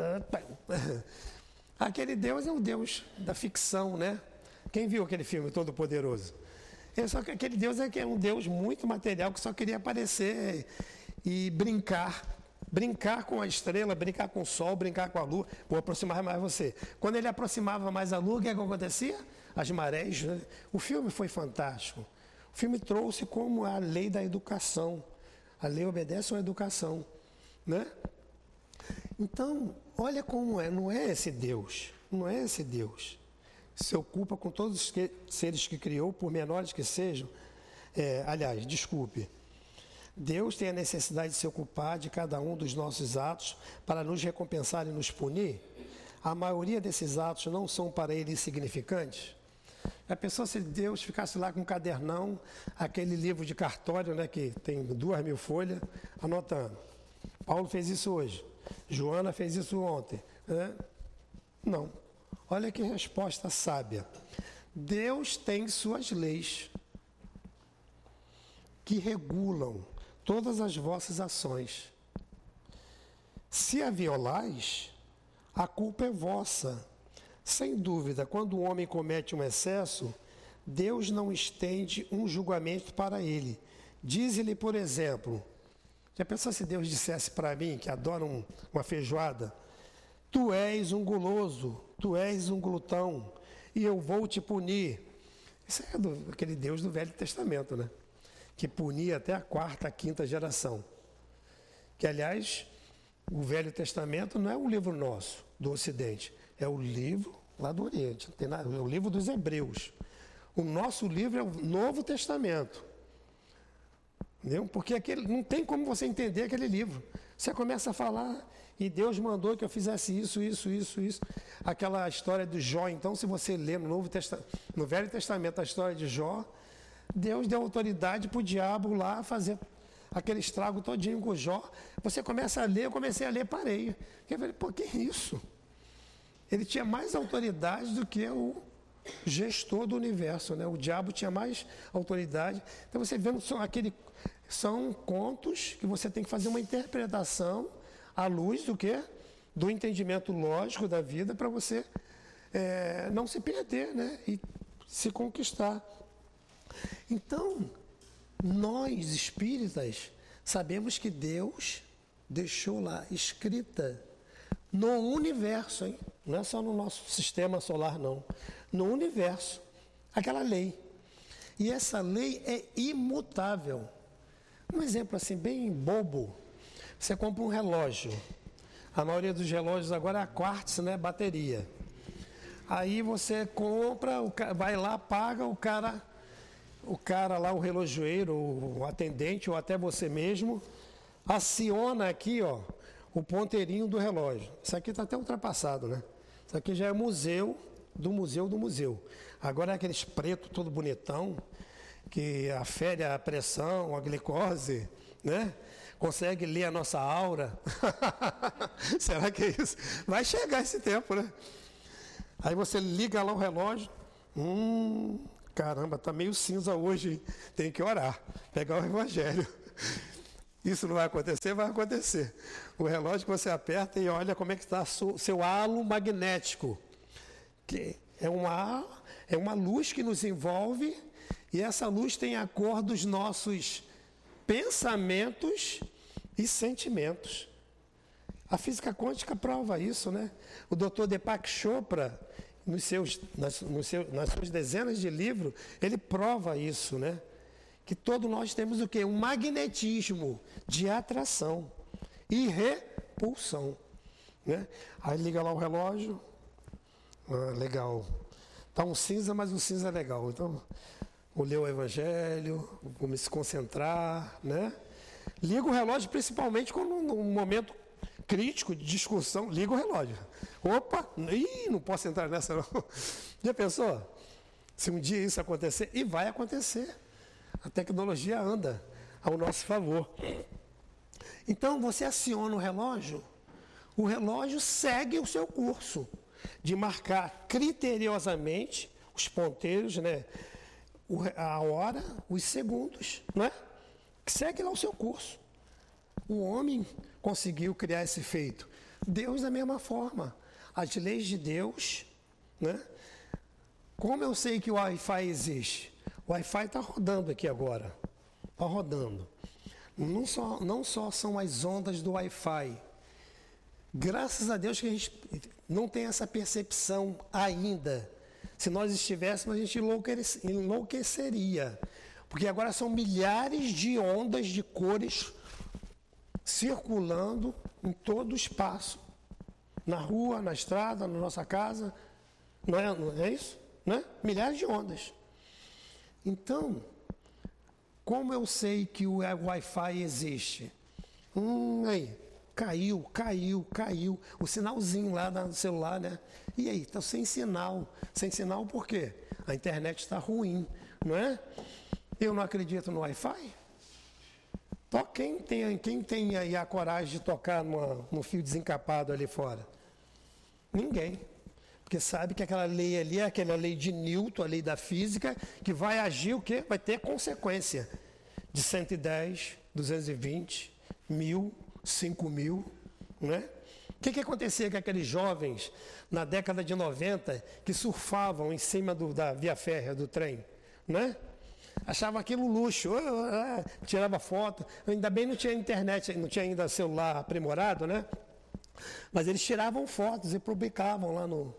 Aquele Deus é o Deus da ficção, né? Quem viu aquele filme Todo-Poderoso? É só que aquele Deus é, que é um Deus muito material que só queria aparecer e brincar. Brincar com a estrela, brincar com o sol, brincar com a lua. Vou aproximar mais você. Quando ele aproximava mais a lua, o que, é que acontecia? As marés, né? O filme foi fantástico. O filme trouxe como a lei da educação. A lei obedece à educação, né? Então, olha como é, não é esse Deus, não é esse Deus. Se ocupa com todos os que, seres que criou, por menores que sejam. É, aliás, desculpe. Deus tem a necessidade de se ocupar de cada um dos nossos atos para nos recompensar e nos punir. A maioria desses atos não são para ele insignificantes. A pessoa, se Deus ficasse lá com um cadernão, aquele livro de cartório, né, que tem duas mil folhas, anotando. Paulo fez isso hoje. Joana fez isso ontem. Né? Não. Olha que resposta sábia. Deus tem suas leis que regulam todas as vossas ações. Se a violais, a culpa é vossa. Sem dúvida, quando o homem comete um excesso, Deus não estende um julgamento para ele. Diz-lhe, por exemplo, já pensou se Deus dissesse para mim, que adora um, uma feijoada, tu és um guloso, tu és um glutão, e eu vou te punir. Isso é do, aquele Deus do Velho Testamento, né? Que punia até a quarta, a quinta geração. Que, aliás, o Velho Testamento não é um livro nosso, do Ocidente, é o livro lá do Oriente, tem nada, é o livro dos Hebreus. O nosso livro é o Novo Testamento. Entendeu? Porque aquele, não tem como você entender aquele livro. Você começa a falar, e Deus mandou que eu fizesse isso, isso, isso, isso. Aquela história do Jó, então, se você ler no, Novo Testa, no Velho Testamento a história de Jó, Deus deu autoridade para o diabo lá fazer aquele estrago todinho com o Jó. Você começa a ler, eu comecei a ler, parei. Eu falei, pô, que isso? Ele tinha mais autoridade do que o gestor do universo, né? O diabo tinha mais autoridade. Então você vê, são, aquele, são contos que você tem que fazer uma interpretação à luz do quê? Do entendimento lógico da vida para você é, não se perder, né? E se conquistar. Então, nós espíritas sabemos que Deus deixou lá escrita no universo, hein? Não é só no nosso sistema solar, não. No universo, aquela lei. E essa lei é imutável. Um exemplo assim, bem bobo. Você compra um relógio. A maioria dos relógios agora é a quartzo, né? Bateria. Aí você compra, vai lá, paga, o cara, o cara lá, o relojoeiro, o atendente, ou até você mesmo, aciona aqui, ó, o ponteirinho do relógio. Isso aqui está até ultrapassado, né? Isso aqui já é museu do museu do museu. Agora é aqueles preto todo bonitão. que afere a pressão, a glicose, né? Consegue ler a nossa aura. Será que é isso? Vai chegar esse tempo, né? Aí você liga lá o relógio. Hum, caramba, tá meio cinza hoje, hein? Tem que orar, pegar o evangelho. Isso não vai acontecer? Vai acontecer. O relógio que você aperta e olha como é que está o seu halo magnético. Que é uma, é uma luz que nos envolve, e essa luz tem a cor dos nossos pensamentos e sentimentos. A física quântica prova isso, né? O doutor Deepak Chopra, nos seus, nas, nos seus, nas suas dezenas de livros, ele prova isso, né? Que todos nós temos o quê? Um magnetismo de atração e repulsão, né? Aí liga lá o relógio, ah, legal. Tá um cinza, mas o cinza é legal. Então, vou ler o evangelho, vou me se concentrar, né? Liga o relógio principalmente quando num momento crítico de discussão, liga o relógio. Opa, ih, não posso entrar nessa não. Já pensou? Se um dia isso acontecer, e vai acontecer. A tecnologia anda ao nosso favor. Então, você aciona o relógio, o relógio segue o seu curso de marcar criteriosamente os ponteiros, né? A hora, os segundos, né? Segue lá o seu curso. O homem conseguiu criar esse feito. Deus da mesma forma. As leis de Deus, né? Como eu sei que o Wi-Fi existe? O Wi-Fi está rodando aqui agora. Está rodando. Não só, não só são as ondas do Wi-Fi. Graças a Deus que a gente não tem essa percepção ainda. Se nós estivéssemos, a gente enlouqueceria. Porque agora são milhares de ondas de cores circulando em todo o espaço. Na rua, na estrada, na nossa casa. Não é, não é isso? Né? Milhares de ondas. Então, como eu sei que o Wi-Fi existe? Hum, aí, caiu, caiu, caiu. O sinalzinho lá no celular, né? E aí, está sem sinal. Sem sinal por quê? A internet está ruim, não é? Eu não acredito no Wi-Fi? Quem tem, quem tem aí a coragem de tocar numa, num fio desencapado ali fora? Ninguém. Porque sabe que aquela lei ali é aquela lei de Newton, a lei da física, que vai agir o quê? Vai ter consequência. De cento e dez, duzentos e vinte, mil, cinco mil, né? O que, que acontecia com aqueles jovens na década de noventa que surfavam em cima do, da via férrea, do trem, né? Achavam aquilo luxo, tirava foto, ainda bem não tinha internet, não tinha ainda celular aprimorado, né? Mas eles tiravam fotos e publicavam lá no...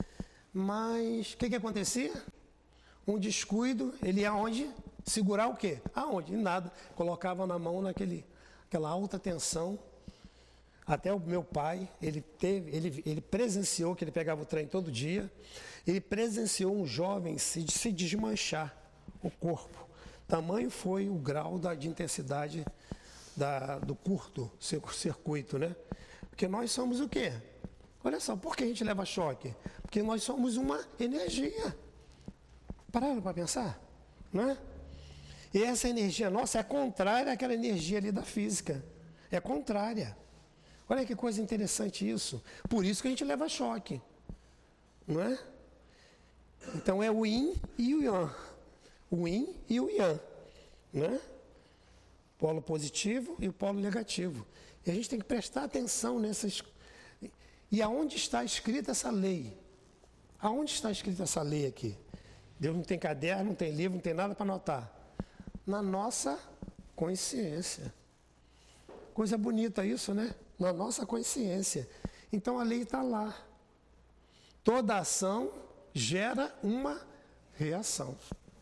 Mas o que, que acontecia? Um descuido, ele ia aonde? Segurar o quê? Aonde? Nada. Colocava na mão naquele, aquela alta tensão. Até o meu pai, ele, teve, ele, ele presenciou que ele pegava o trem todo dia, ele presenciou um jovem se, se desmanchar o corpo. Tamanho foi o grau da, de intensidade da, do curto circuito, né? Porque nós somos o quê? Olha só, por que a gente leva choque? Porque nós somos uma energia. Pararam para pensar? Não é? E essa energia nossa é contrária àquela energia ali da física. É contrária. Olha que coisa interessante isso. Por isso que a gente leva choque. Não é? Então é o yin e o yang. O yin e o yang. Né? Polo positivo e o polo negativo. E a gente tem que prestar atenção nessas... E aonde está escrita essa lei? Aonde está escrita essa lei aqui? Deus não tem caderno, não tem livro, não tem nada para anotar. Na nossa consciência. Coisa bonita isso, né? Na nossa consciência. Então a lei está lá. Toda ação gera uma reação.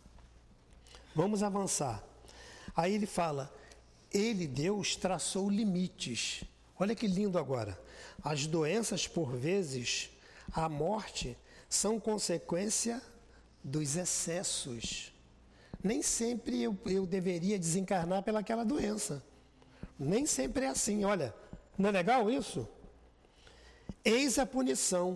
Vamos avançar. Aí ele fala, ele, Deus, traçou limites. Olha que lindo agora. As doenças, por vezes, a morte, são consequência dos excessos. Nem sempre eu, eu deveria desencarnar pelaquela doença. Nem sempre é assim. Olha, não é legal isso? Eis a punição.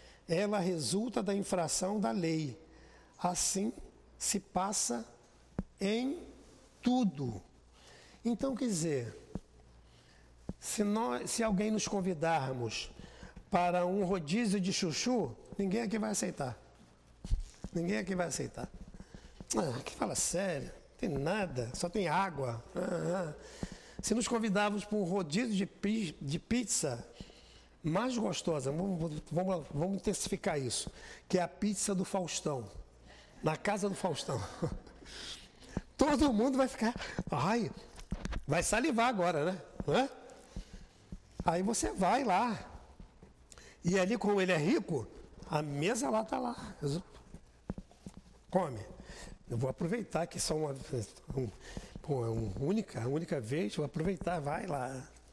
Ela resulta da infração da lei. Assim se passa em tudo. Então, quer dizer, se, nós, se alguém nos convidarmos para um rodízio de chuchu, ninguém aqui vai aceitar. Ninguém aqui vai aceitar. Ah, que fala sério, não tem nada, só tem água. Ah, ah. Se nos convidarmos para um rodízio de, pi, de pizza mais gostosa, vamos, vamos, vamos intensificar isso, que é a pizza do Faustão, na casa do Faustão. Todo mundo vai ficar, ai, vai salivar agora, né? Hã? Aí você vai lá, e ali como ele é rico, a mesa lá está lá, come. Eu vou aproveitar que só uma, um, uma única, única vez, vou aproveitar, vai lá.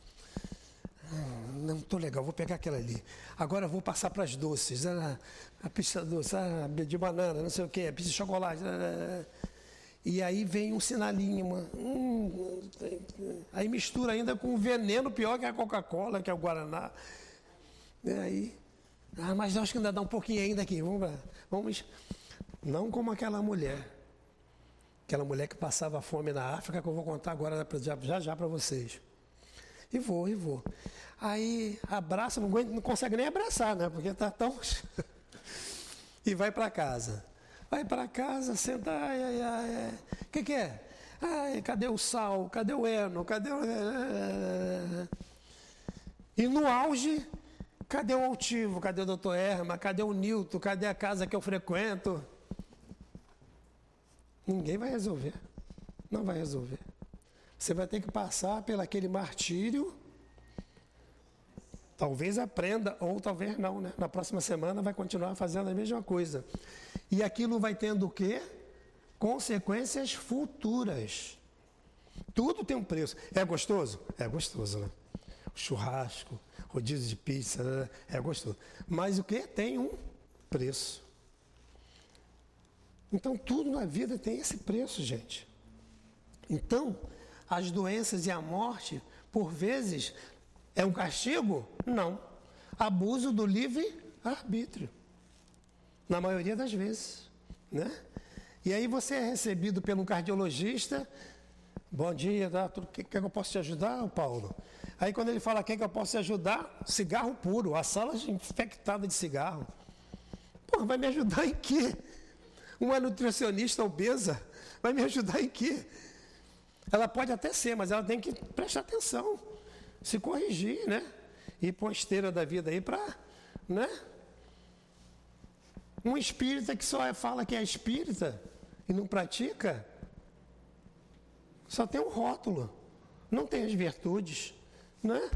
Não estou legal, vou pegar aquela ali. Agora vou passar para as doces, a, a pizza doce, a de banana, não sei o que, a pizza de chocolate. A, e aí vem um sinalinho, uma, hum, aí mistura ainda com um veneno pior que a Coca-Cola, que é o Guaraná. E aí, ah, mas eu acho que ainda dá um pouquinho ainda aqui. Vamos, vamos, não como aquela mulher. Aquela mulher que passava fome na África, que eu vou contar agora já já, já para vocês. E vou, e vou. Aí abraça, não, aguenta, não consegue nem abraçar, né? Porque está tão... e vai para casa. Vai para casa, senta, ai, ai, ai. O que, que é? Ai, cadê o sal? Cadê o heno? Cadê o... E no auge, cadê o altivo? Cadê o doutor Erma? Cadê o Newton? Cadê a casa que eu frequento? Ninguém vai resolver. Não vai resolver. Você vai ter que passar pelo aquele martírio. Talvez aprenda, ou talvez não, né? Na próxima semana vai continuar fazendo a mesma coisa. E aquilo vai tendo o quê? Consequências futuras. Tudo tem um preço. É gostoso? É gostoso, né? Churrasco, rodízio de pizza, né? É gostoso. Mas o quê? Tem um preço. Então, tudo na vida tem esse preço, gente. Então, as doenças e a morte, por vezes, é um castigo? Não. Abuso do livre-arbítrio. Na maioria das vezes, né? E aí você é recebido por um cardiologista. Bom dia, o que, que eu posso te ajudar, Paulo? Aí quando ele fala, quem que eu posso te ajudar? Cigarro puro, a sala infectada de cigarro. Pô, vai me ajudar em quê? Uma nutricionista obesa vai me ajudar em quê? Ela pode até ser, mas ela tem que prestar atenção, se corrigir, né? Ir para uma esteira da vida aí para, né? Um espírita que só fala que é espírita e não pratica, só tem um rótulo, não tem as virtudes, né?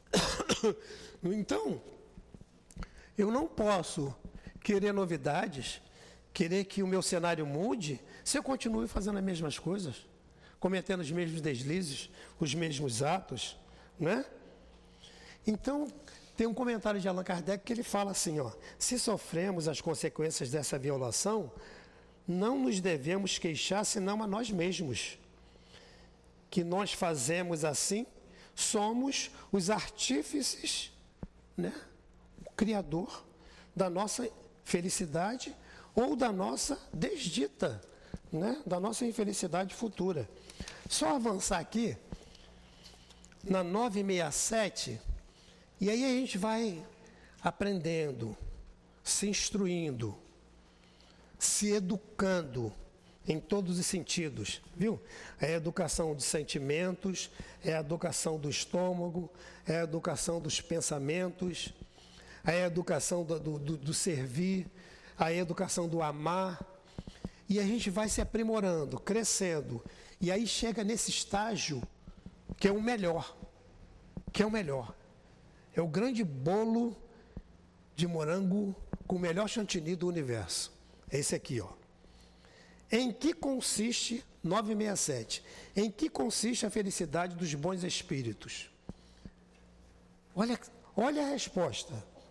Então, eu não posso querer novidades, querer que o meu cenário mude, se eu continuo fazendo as mesmas coisas, cometendo os mesmos deslizes, os mesmos atos, né? Então, tem um comentário de Allan Kardec que ele fala assim, ó, se sofremos as consequências dessa violação, não nos devemos queixar senão a nós mesmos. Que nós fazemos assim, somos os artífices, né? O criador da nossa felicidade ou da nossa desdita, né? Da nossa infelicidade futura. Só avançar aqui, na novecentos e sessenta e sete, e aí a gente vai aprendendo, se instruindo, se educando em todos os sentidos, viu? É a educação dos sentimentos, é a educação do estômago, é a educação dos pensamentos, é a educação do, do, do servir, a educação do amar, e a gente vai se aprimorando, crescendo, e aí chega nesse estágio que é o melhor, que é o melhor. É o grande bolo de morango com o melhor chantilly do universo. É esse aqui, ó. Em que consiste, novecentos e sessenta e sete, em que consiste a felicidade dos bons espíritos? Olha, olha a resposta.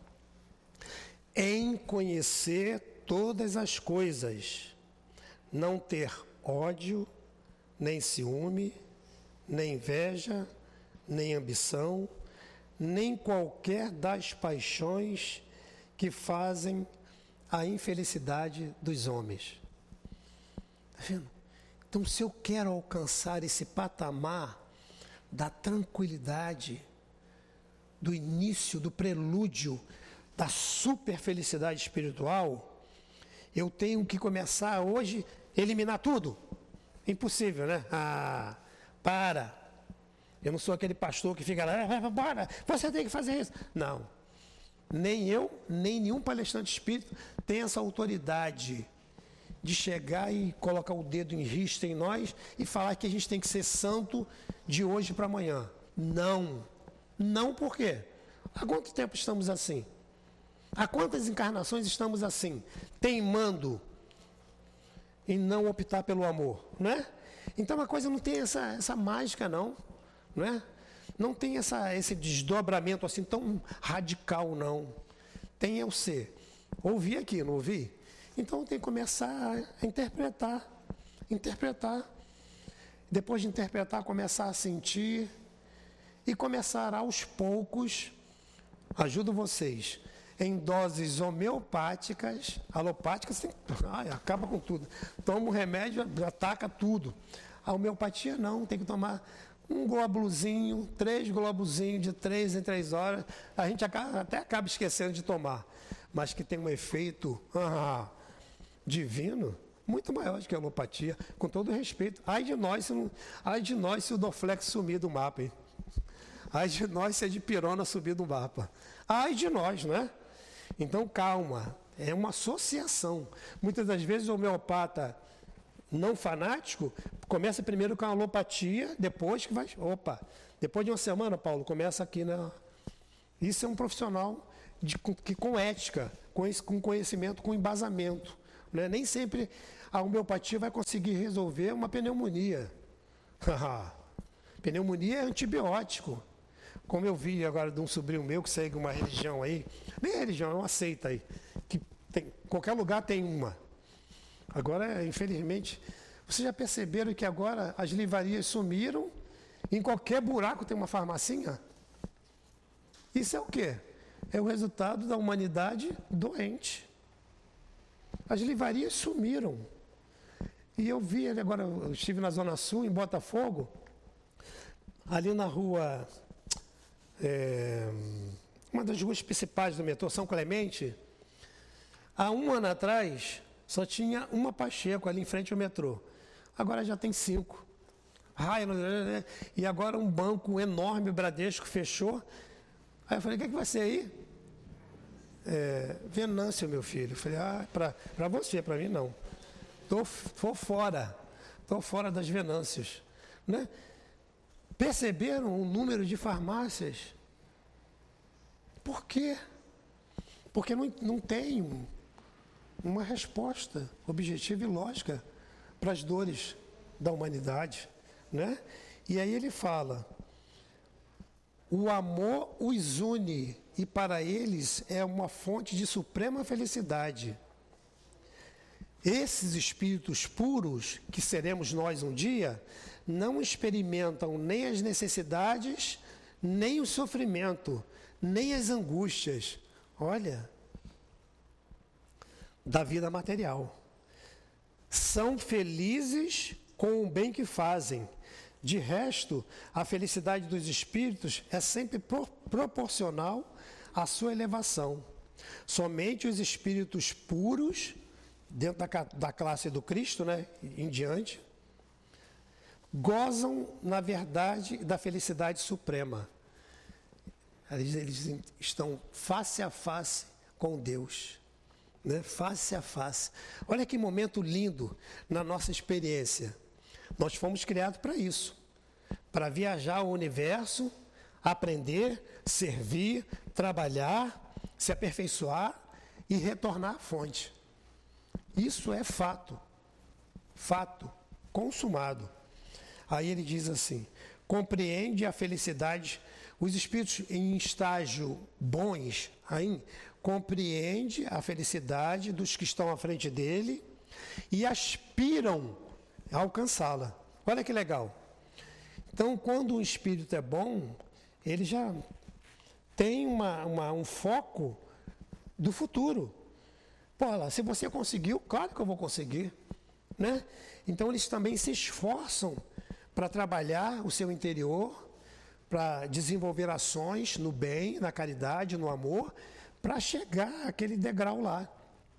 Em conhecer todas as coisas, não ter ódio, nem ciúme, nem inveja, nem ambição, nem qualquer das paixões que fazem a infelicidade dos homens. Está vendo? Então, se eu quero alcançar esse patamar da tranquilidade, do início, do prelúdio, da super felicidade espiritual, eu tenho que começar hoje a eliminar tudo. Impossível, né? Ah, para. Eu não sou aquele pastor que fica lá, bora, você tem que fazer isso. Não. Nem eu, nem nenhum palestrante espírita tem essa autoridade de chegar e colocar o dedo em rista em nós e falar que a gente tem que ser santo de hoje para amanhã. Não. Não por quê? Há quanto tempo estamos assim? Há quantas encarnações estamos assim? Teimando em não optar pelo amor, não é? Então a coisa não tem essa, essa mágica não, não é? Não tem essa, esse desdobramento assim tão radical não. Tem eu ser. Ouvi aqui, não ouvi? Então tem que começar a interpretar, interpretar. Depois de interpretar, começar a sentir e começar aos poucos, ajudo vocês, em doses homeopáticas, alopáticas, tem, ai, acaba com tudo. Toma o remédio, ataca tudo. A homeopatia não, tem que tomar um globulozinho, três globulozinhos de três em três horas. A gente acaba, até acaba esquecendo de tomar, mas que tem um efeito ah, divino, muito maior do que a alopatia, com todo respeito. Ai de nós se, não, ai de nós se o Doflex sumir do mapa, hein? Ai de nós se a dipirona subir do mapa. Ai de nós, não é? Então, calma, é uma associação. Muitas das vezes o homeopata não fanático começa primeiro com a alopatia, depois que vai... Opa, depois de uma semana, Paulo, começa aqui, né? Isso é um profissional de, que, com ética, com, esse, com conhecimento, com embasamento. Né? Nem sempre a homeopatia vai conseguir resolver uma pneumonia. Pneumonia é antibiótico. Como eu vi agora de um sobrinho meu que segue uma religião aí, nem religião, é uma seita aí, que tem, qualquer lugar tem uma. Agora, infelizmente, vocês já perceberam que agora as livrarias sumiram, em qualquer buraco tem uma farmacinha? Isso é o quê? É o resultado da humanidade doente. As livrarias sumiram. E eu vi ele agora, eu estive na Zona Sul, em Botafogo, ali na rua... É, uma das ruas principais do metrô, São Clemente, há um ano atrás só tinha uma Pacheco ali em frente ao metrô. Agora já tem cinco. E agora um banco enorme, Bradesco, fechou. Aí eu falei, o que, é que vai ser aí? É, Venâncio, meu filho. Eu falei, ah, para você, para mim não. Estou fora. Estou fora das Venâncios. Né? Perceberam o número de farmácias? Por quê? Porque não, não tem uma resposta objetiva e lógica para as dores da humanidade. Né? E aí ele fala, o amor os une e para eles é uma fonte de suprema felicidade. Esses espíritos puros, que seremos nós um dia, não experimentam nem as necessidades, nem o sofrimento, nem as angústias, olha, da vida material. São felizes com o bem que fazem. De resto, a felicidade dos espíritos é sempre pro- proporcional à sua elevação. Somente os espíritos puros, dentro da, da classe do Cristo, né, em diante, gozam, na verdade, da felicidade suprema. Eles, eles estão face a face com Deus. Né? Face a face. Olha que momento lindo na nossa experiência. Nós fomos criados para isso. Para viajar o universo, aprender, servir, trabalhar, se aperfeiçoar e retornar à fonte. Isso é fato. Fato. Consumado. Aí ele diz assim, compreende a felicidade, os espíritos em estágio bons, aí, compreende a felicidade dos que estão à frente dele e aspiram a alcançá-la. Olha que legal. Então, quando o espírito é bom, ele já tem uma, uma, um foco do futuro. Pô, lá, se você conseguiu, claro que eu vou conseguir. né? Então eles também se esforçam para trabalhar o seu interior, para desenvolver ações no bem, na caridade, no amor, para chegar àquele degrau lá.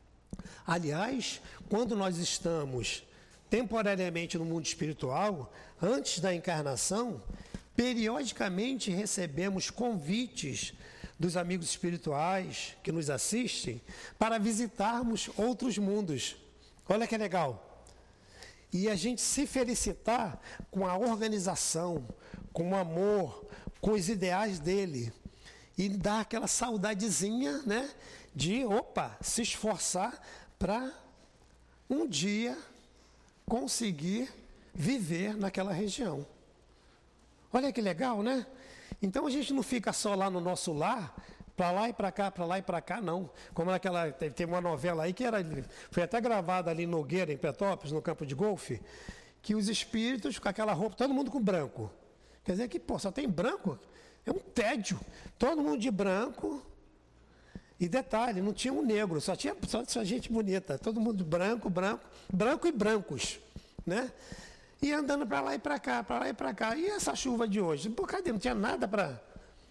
Aliás, quando nós estamos temporariamente no mundo espiritual, antes da encarnação, periodicamente recebemos convites dos amigos espirituais que nos assistem para visitarmos outros mundos. Olha que legal. E a gente se felicitar com a organização, com o amor, com os ideais dele. E dar aquela saudadezinha, né, de, opa, se esforçar para um dia conseguir viver naquela região. Olha que legal, né? Então a gente não fica só lá no nosso lar, para lá e para cá, para lá e para cá, não. Como naquela, tem uma novela aí que era, foi até gravada ali em Nogueira, em Petrópolis, no campo de golfe, que os espíritos com aquela roupa, todo mundo com branco. Quer dizer que, pô, só tem branco? É um tédio. Todo mundo de branco. E detalhe, não tinha um negro, só tinha, só tinha gente bonita. Todo mundo branco, branco, branco e brancos, né? E andando para lá e para cá, para lá e para cá. E essa chuva de hoje? Pô, cadê? Não tinha nada para...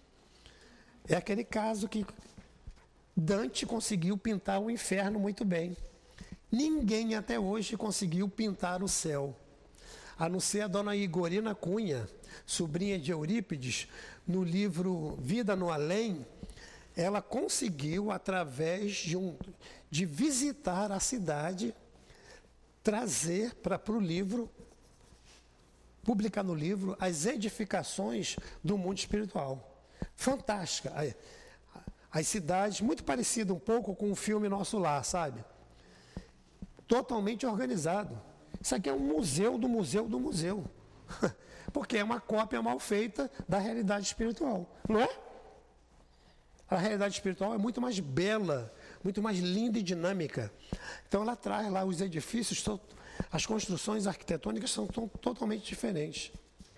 É aquele caso que Dante conseguiu pintar o inferno muito bem. Ninguém até hoje conseguiu pintar o céu. A não ser a dona Igorina Cunha, sobrinha de Eurípides, no livro Vida no Além, ela conseguiu, através de, um, de visitar a cidade, trazer para o livro, publicar no livro, as edificações do mundo espiritual. Fantástica. As cidades, muito parecido um pouco com o filme Nosso Lar, sabe? Totalmente organizado. Isso aqui é um museu do museu do museu. Porque é uma cópia mal feita da realidade espiritual, não é? A realidade espiritual é muito mais bela, muito mais linda e dinâmica. Então ela traz lá os edifícios, as construções arquitetônicas são totalmente diferentes.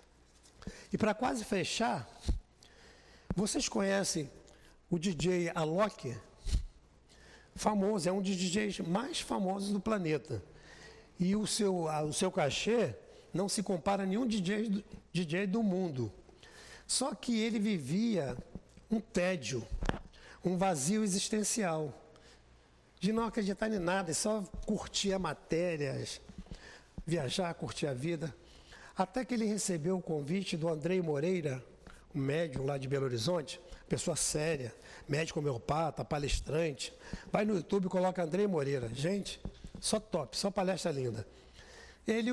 E para quase fechar, vocês conhecem o D J Alok? Famoso, é um dos D Js mais famosos do planeta. E o seu, o seu cachê não se compara a nenhum D J do, D J do mundo. Só que ele vivia um tédio, um vazio existencial, de não acreditar em nada, só curtir matérias, viajar, curtir a vida. Até que ele recebeu o convite do Andrei Moreira, um médium lá de Belo Horizonte, pessoa séria, médico homeopata, palestrante. Vai no YouTube e coloca Andrei Moreira. Gente, só top, só palestra linda. Ele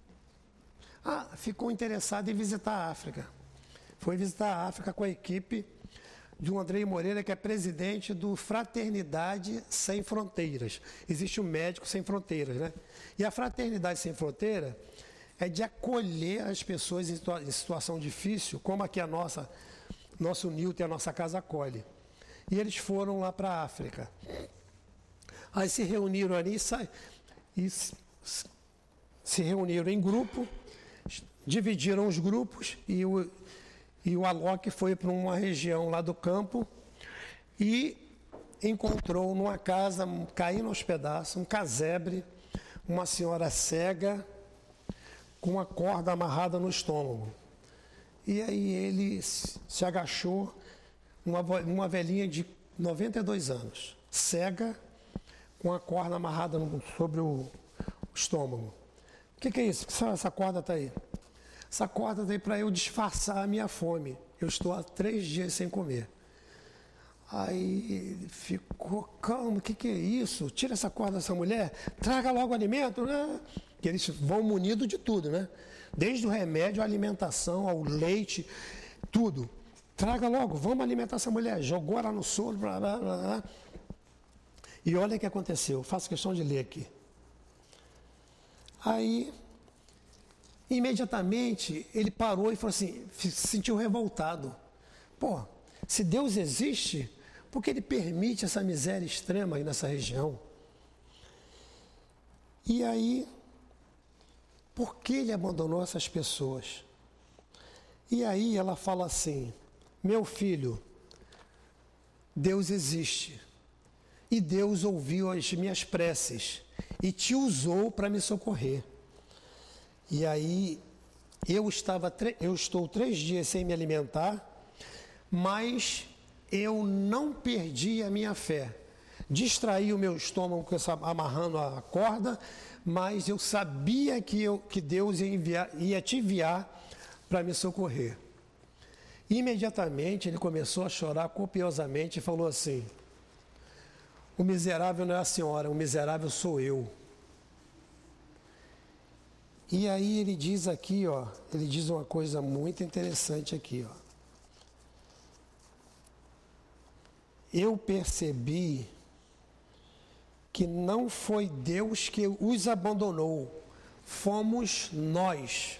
ah, ficou interessado em visitar a África. Foi visitar a África com a equipe de um Andrei Moreira, que é presidente do Fraternidade Sem Fronteiras. Existe um Médico Sem Fronteiras, né? E a Fraternidade Sem Fronteira é de acolher as pessoas em, situa- em situação difícil, como aqui a nossa, nosso Newton e a nossa casa acolhe. E eles foram lá para a África. Aí se reuniram ali e se, se reuniram em grupo, dividiram os grupos e o, e o Alok foi para uma região lá do campo e encontrou numa casa, caindo aos pedaços, um casebre, uma senhora cega com uma corda amarrada no estômago. E aí ele se agachou, uma, uma velhinha de noventa e dois anos, cega, com a corda amarrada no, sobre o, o estômago. O que, que é isso? Que essa corda está aí? Essa corda está aí para eu disfarçar a minha fome. Eu estou há três dias sem comer. Aí ele ficou, calma, o que, que é isso? Tira essa corda dessa mulher, traga logo alimento, né? Que eles vão munidos de tudo, né? Desde o remédio, a alimentação, ao leite, tudo. Traga logo, vamos alimentar essa mulher. Jogou ela no solo, blá, blá, blá, blá. E olha o que aconteceu, faço questão de ler aqui. Aí, imediatamente, ele parou e falou assim, se sentiu revoltado. Pô, se Deus existe, por que ele permite essa miséria extrema aí nessa região? E aí, por que ele abandonou essas pessoas? E aí ela fala assim, meu filho, Deus existe. E Deus ouviu as minhas preces e te usou para me socorrer. E aí, eu, estava, eu estou três dias sem me alimentar, mas eu não perdi a minha fé. Distraí o meu estômago amarrando a corda, mas eu sabia que, eu, que Deus ia, enviar, ia te enviar para me socorrer. Imediatamente ele começou a chorar copiosamente e falou assim: o miserável não é a senhora, o miserável sou eu. E aí ele diz aqui, ó, ele diz uma coisa muito interessante aqui, ó. Eu percebi que não foi Deus que os abandonou, fomos nós.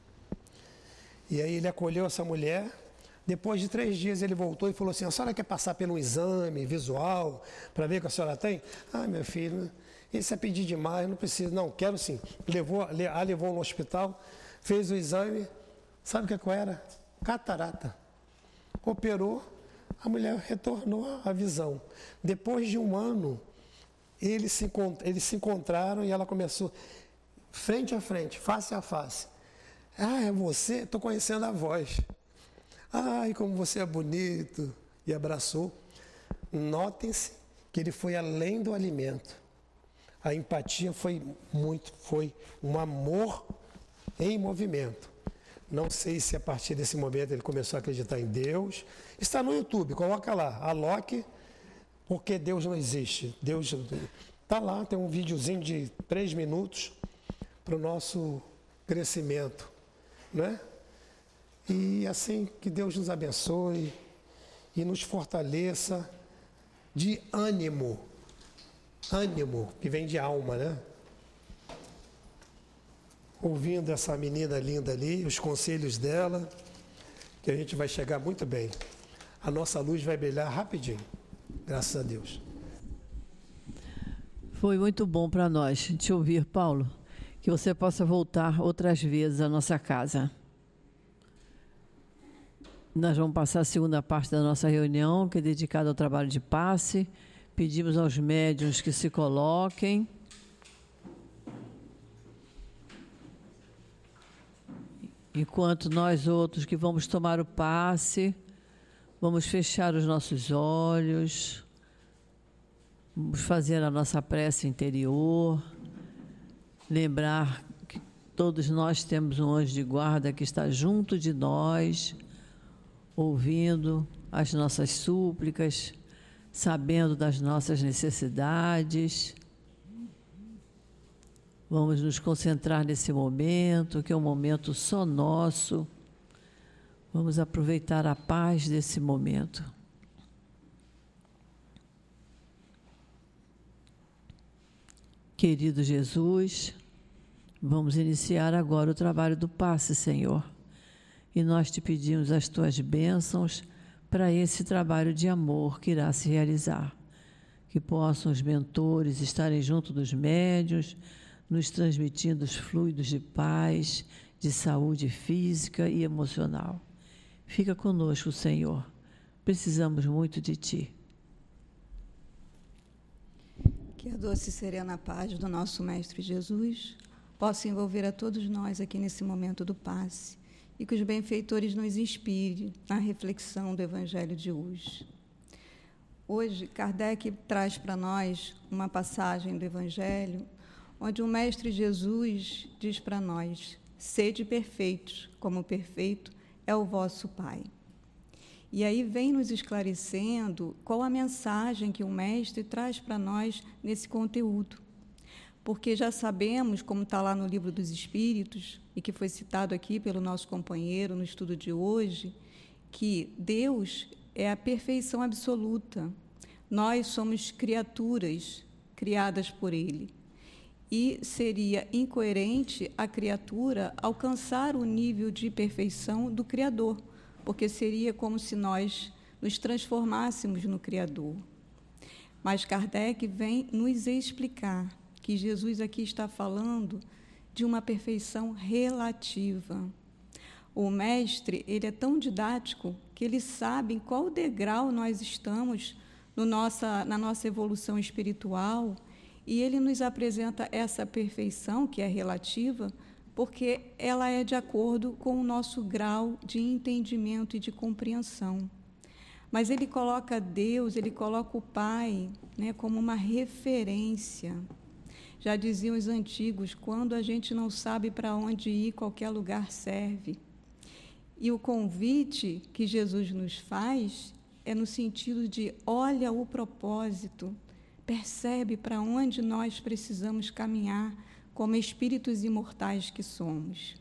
E aí ele acolheu essa mulher. Depois de três dias ele voltou e falou assim: a senhora quer passar pelo exame visual para ver o que a senhora tem? Ah, meu filho, isso é pedir demais, não precisa. Não, quero sim. Levou, a levou no hospital, fez o exame. Sabe o que, que era? Catarata. Operou, a mulher retornou à visão. Depois de um ano, eles se, eles se encontraram e ela começou frente a frente, face a face. Ah, é você? Estou conhecendo a voz. Ai, como você é bonito. E abraçou. Notem-se que ele foi além do alimento. A empatia foi muito, foi um amor em movimento. Não sei se a partir desse momento ele começou a acreditar em Deus. Está no YouTube, coloca lá, Alok, porque Deus não existe. Deus está lá, tem um videozinho de três minutos para o nosso crescimento, né? E assim que Deus nos abençoe e nos fortaleça de ânimo, ânimo que vem de alma, né? Ouvindo essa menina linda ali, os conselhos dela, que a gente vai chegar muito bem. A nossa luz vai brilhar rapidinho, graças a Deus. Foi muito bom para nós te ouvir, Paulo, que você possa voltar outras vezes à nossa casa. Nós vamos passar a segunda parte da nossa reunião, que é dedicada ao trabalho de passe. Pedimos aos médiuns que se coloquem. Enquanto nós outros que vamos tomar o passe, vamos fechar os nossos olhos, vamos fazer a nossa prece interior, lembrar que todos nós temos um anjo de guarda que está junto de nós, ouvindo as nossas súplicas, sabendo das nossas necessidades. Vamos nos concentrar nesse momento, que é um momento só nosso. Vamos aproveitar a paz desse momento. Querido Jesus, vamos iniciar agora o trabalho do passe, Senhor. E nós te pedimos as tuas bênçãos para esse trabalho de amor que irá se realizar. Que possam os mentores estarem junto dos médiuns, nos transmitindo os fluidos de paz, de saúde física e emocional. Fica conosco, Senhor. Precisamos muito de Ti. Que a doce e serena paz do nosso Mestre Jesus possa envolver a todos nós aqui nesse momento do passe e que os benfeitores nos inspirem na reflexão do Evangelho de hoje. Hoje, Kardec traz para nós uma passagem do Evangelho onde o Mestre Jesus diz para nós: sede perfeitos, como perfeito é o vosso Pai. E aí vem nos esclarecendo qual a mensagem que o Mestre traz para nós nesse conteúdo. Porque já sabemos, como está lá no Livro dos Espíritos, e que foi citado aqui pelo nosso companheiro no estudo de hoje, que Deus é a perfeição absoluta. Nós somos criaturas criadas por Ele. E seria incoerente a criatura alcançar o nível de perfeição do Criador, porque seria como se nós nos transformássemos no Criador. Mas Kardec vem nos explicar que Jesus aqui está falando de uma perfeição relativa. O mestre, ele é tão didático que ele sabe em qual degrau nós estamos no nossa, na nossa evolução espiritual E ele nos apresenta essa perfeição, que é relativa, porque ela é de acordo com o nosso grau de entendimento e de compreensão. Mas ele coloca Deus, ele coloca o Pai, né, como uma referência. Já diziam os antigos, quando a gente não sabe para onde ir, qualquer lugar serve. E o convite que Jesus nos faz é no sentido de olha o propósito, percebe para onde nós precisamos caminhar como espíritos imortais que somos.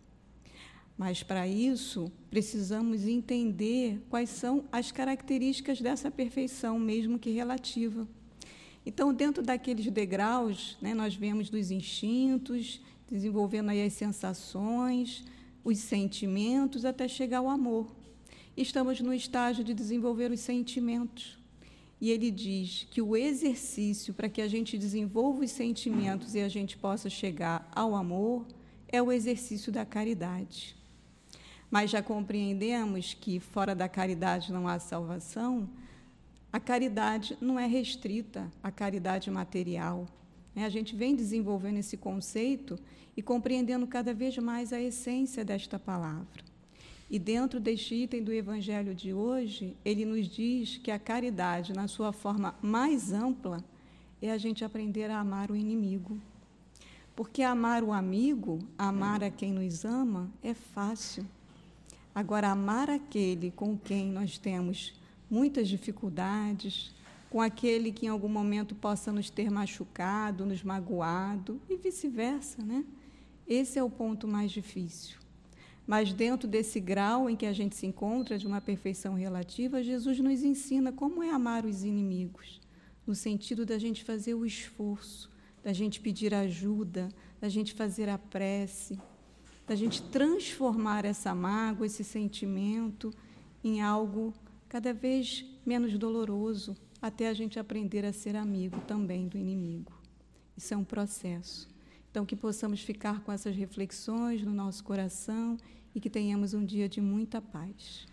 Mas, para isso, precisamos entender quais são as características dessa perfeição, mesmo que relativa. Então, dentro daqueles degraus, né, nós vemos dos instintos, desenvolvendo aí as sensações, os sentimentos, até chegar ao amor. Estamos no estágio de desenvolver os sentimentos. E ele diz que o exercício para que a gente desenvolva os sentimentos e a gente possa chegar ao amor é o exercício da caridade. Mas já compreendemos que fora da caridade não há salvação. A caridade não é restrita à caridade material. Né? A gente vem desenvolvendo esse conceito e compreendendo cada vez mais a essência desta palavra. E dentro deste item do Evangelho de hoje, ele nos diz que a caridade, na sua forma mais ampla, é a gente aprender a amar o inimigo. Porque amar o amigo, amar a quem nos ama, é fácil. Agora, amar aquele com quem nós temos muitas dificuldades, com aquele que em algum momento possa nos ter machucado, nos magoado, e vice-versa, né? Esse é o ponto mais difícil. Mas dentro desse grau em que a gente se encontra, de uma perfeição relativa, Jesus nos ensina como é amar os inimigos, no sentido da gente fazer o esforço, da gente pedir ajuda, da gente fazer a prece, da gente transformar essa mágoa, esse sentimento, em algo cada vez menos doloroso, até a gente aprender a ser amigo também do inimigo. Isso é um processo. Então, que possamos ficar com essas reflexões no nosso coração e que tenhamos um dia de muita paz.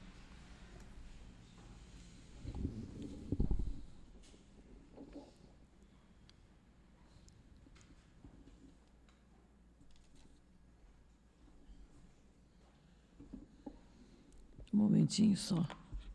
Um momentinho só.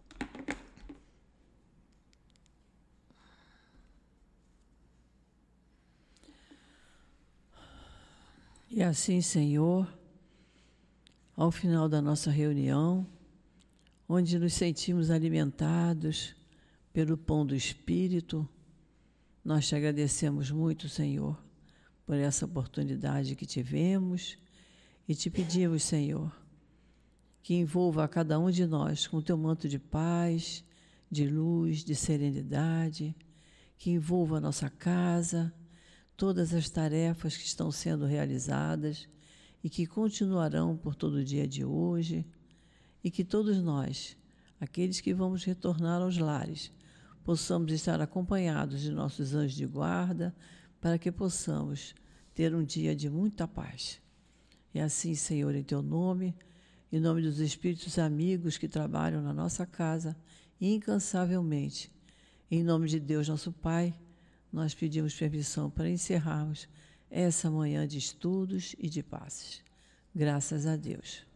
E assim, Senhor, ao final da nossa reunião, onde nos sentimos alimentados pelo pão do Espírito, nós te agradecemos muito, Senhor, por essa oportunidade que tivemos e te pedimos, Senhor, que envolva a cada um de nós com o teu manto de paz, de luz, de serenidade, que envolva a nossa casa, todas as tarefas que estão sendo realizadas e que continuarão por todo o dia de hoje, e que todos nós, aqueles que vamos retornar aos lares, possamos estar acompanhados de nossos anjos de guarda, para que possamos ter um dia de muita paz. E assim, Senhor, em teu nome, em nome dos espíritos amigos que trabalham na nossa casa, incansavelmente, em nome de Deus, nosso Pai, nós pedimos permissão para encerrarmos essa manhã de estudos e de passes. Graças a Deus.